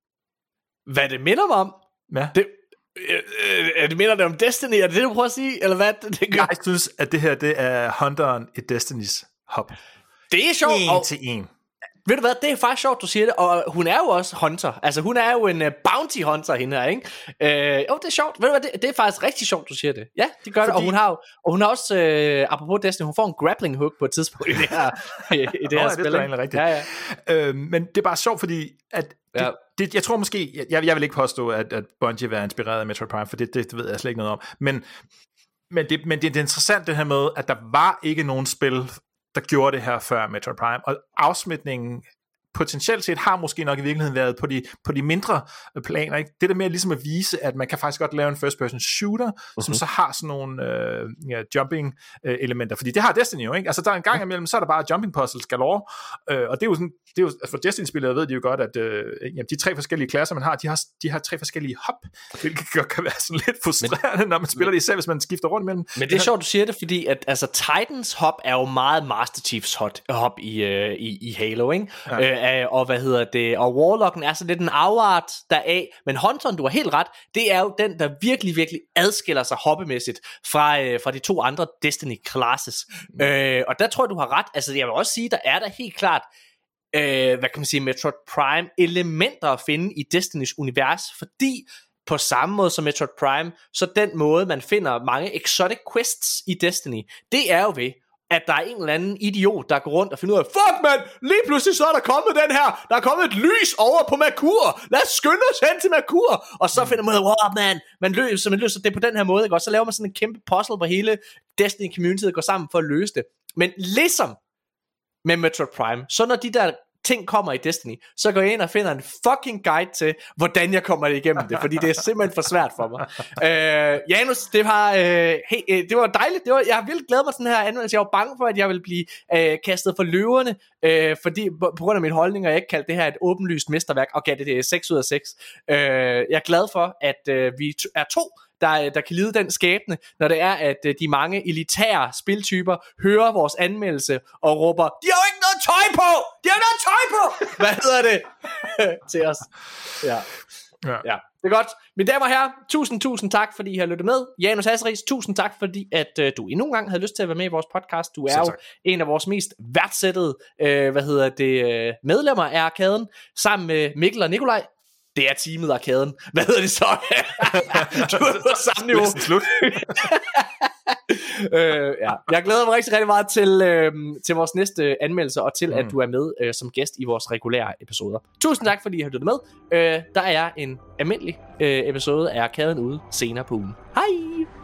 Hvad det minder mig om? Ja. Det, øh, øh, det minder det om Destiny, er det det, du prøver at sige? Eller hvad? Det, det gør? Jeg synes, at det her, det er Hunteren i Destiny's hop. Det er sjovt. En og... til en. Ved du hvad, det er faktisk sjovt, du siger det, og hun er jo også hunter, altså hun er jo en uh, bounty hunter, hende her, ikke? Øh, jo, det er sjovt, ved du hvad, det, det er faktisk rigtig sjovt, du siger det. Ja, det gør Fordi... det, og hun har jo, og hun har også, øh, apropos Destiny, hun får en grappling hook på et tidspunkt i det her, i, i det her oh, spil. Det er egentlig rigtigt. Ja, ja. Øh, men det er bare sjovt, fordi, at det, ja. det, jeg tror måske, jeg, jeg vil ikke påstå, at, at Bungie var inspireret af Metroid Prime, for det, det, det ved jeg slet ikke noget om, men, men, det, men det, det er interessant det her med, at der var ikke nogen spil, der gjorde det her før Metroid Prime, og afsmitningen potentielt set har måske nok i virkeligheden været på de, på de mindre planer, ikke? Det der med ligesom at vise, at man kan faktisk godt lave en first person shooter, uh-huh. som så har sådan nogle øh, ja, jumping øh, elementer, fordi det har Destiny jo, ikke? Altså der er en gang imellem, så er der bare jumping puzzles galore, øh, og det er jo sådan, det er jo, altså for Destiny-spillere ved de jo godt, at øh, jamen, de tre forskellige klasser, man har, de har, de har tre forskellige hop, hvilket kan være sådan lidt frustrerende, men, når man spiller det, især hvis man skifter rundt mellem. Men det er sjovt, du siger det, fordi at altså Titans hop er jo meget Master Chiefs hot, hop i, øh, i, i Halo, ikke? Ja. Øh, og hvad hedder det, og Warlocken er så lidt en afart deraf, men Hunteren, du har helt ret, det er jo den, der virkelig, virkelig adskiller sig hoppemæssigt fra, øh, fra de to andre Destiny classes. Mm. Øh, og der tror jeg, du har ret, altså jeg vil også sige, der er der helt klart, øh, hvad kan man sige, Metroid Prime elementer at finde i Destinys univers, fordi på samme måde som Metroid Prime, så den måde, man finder mange exotic quests i Destiny, det er jo ved, at der er en eller anden idiot, der går rundt og finder ud af, fuck mand, lige pludselig så er der kommet den her, der er kommet et lys over på Merkur, lad os skynde os hen til Merkur, og så finder man ud af, wow man, man løser, man løser det på den her måde, ikke? Og så laver man sådan en kæmpe puzzle, hvor hele Destiny community går sammen for at løse det. Men ligesom med Metroid Prime, så når de der ting kommer i Destiny, så går jeg ind og finder en fucking guide til, hvordan jeg kommer igennem det, fordi det er simpelthen for svært for mig. øh, Janus, det var, øh, hey, det var dejligt, det var, jeg har virkelig glædet mig sådan her anmeldelse. Jeg var bange for, at jeg ville blive øh, kastet for løverne, øh, fordi på, på grund af min holdning, og jeg ikke kaldte det her et åbenlyst mesterværk, og gav det, det er seks ud af seks. Øh, jeg er glad for, at øh, vi t- er to, Der, der kan lide den skæbne, når det er, at de mange elitære spiltyper hører vores anmeldelse og råber, de har jo ikke noget tøj på! De har ikke noget tøj på! Hvad hedder det? Til os. Ja. Ja. Ja, det er godt. Mine damer og herrer, tusind, tusind tak, fordi I har lyttet med. Janus Hasseris, tusind tak, fordi at uh, du endnu en gang havde lyst til at være med i vores podcast. Du er jo en af vores mest værdsættede uh, hvad hedder det, uh, medlemmer af Arkaden, sammen med Mikkel og Nikolaj. Det er teamet Arkaden. Hvad hedder det så? Du er på samme niveau. Slut. øh, ja. Jeg glæder mig rigtig, rigtig meget til, øh, til vores næste anmeldelse, og til mm. at du er med øh, som gæst i vores regulære episoder. Tusind tak, fordi I har lyttet med. Øh, der er en almindelig øh, episode af Arkaden ude senere på ugen. Hej!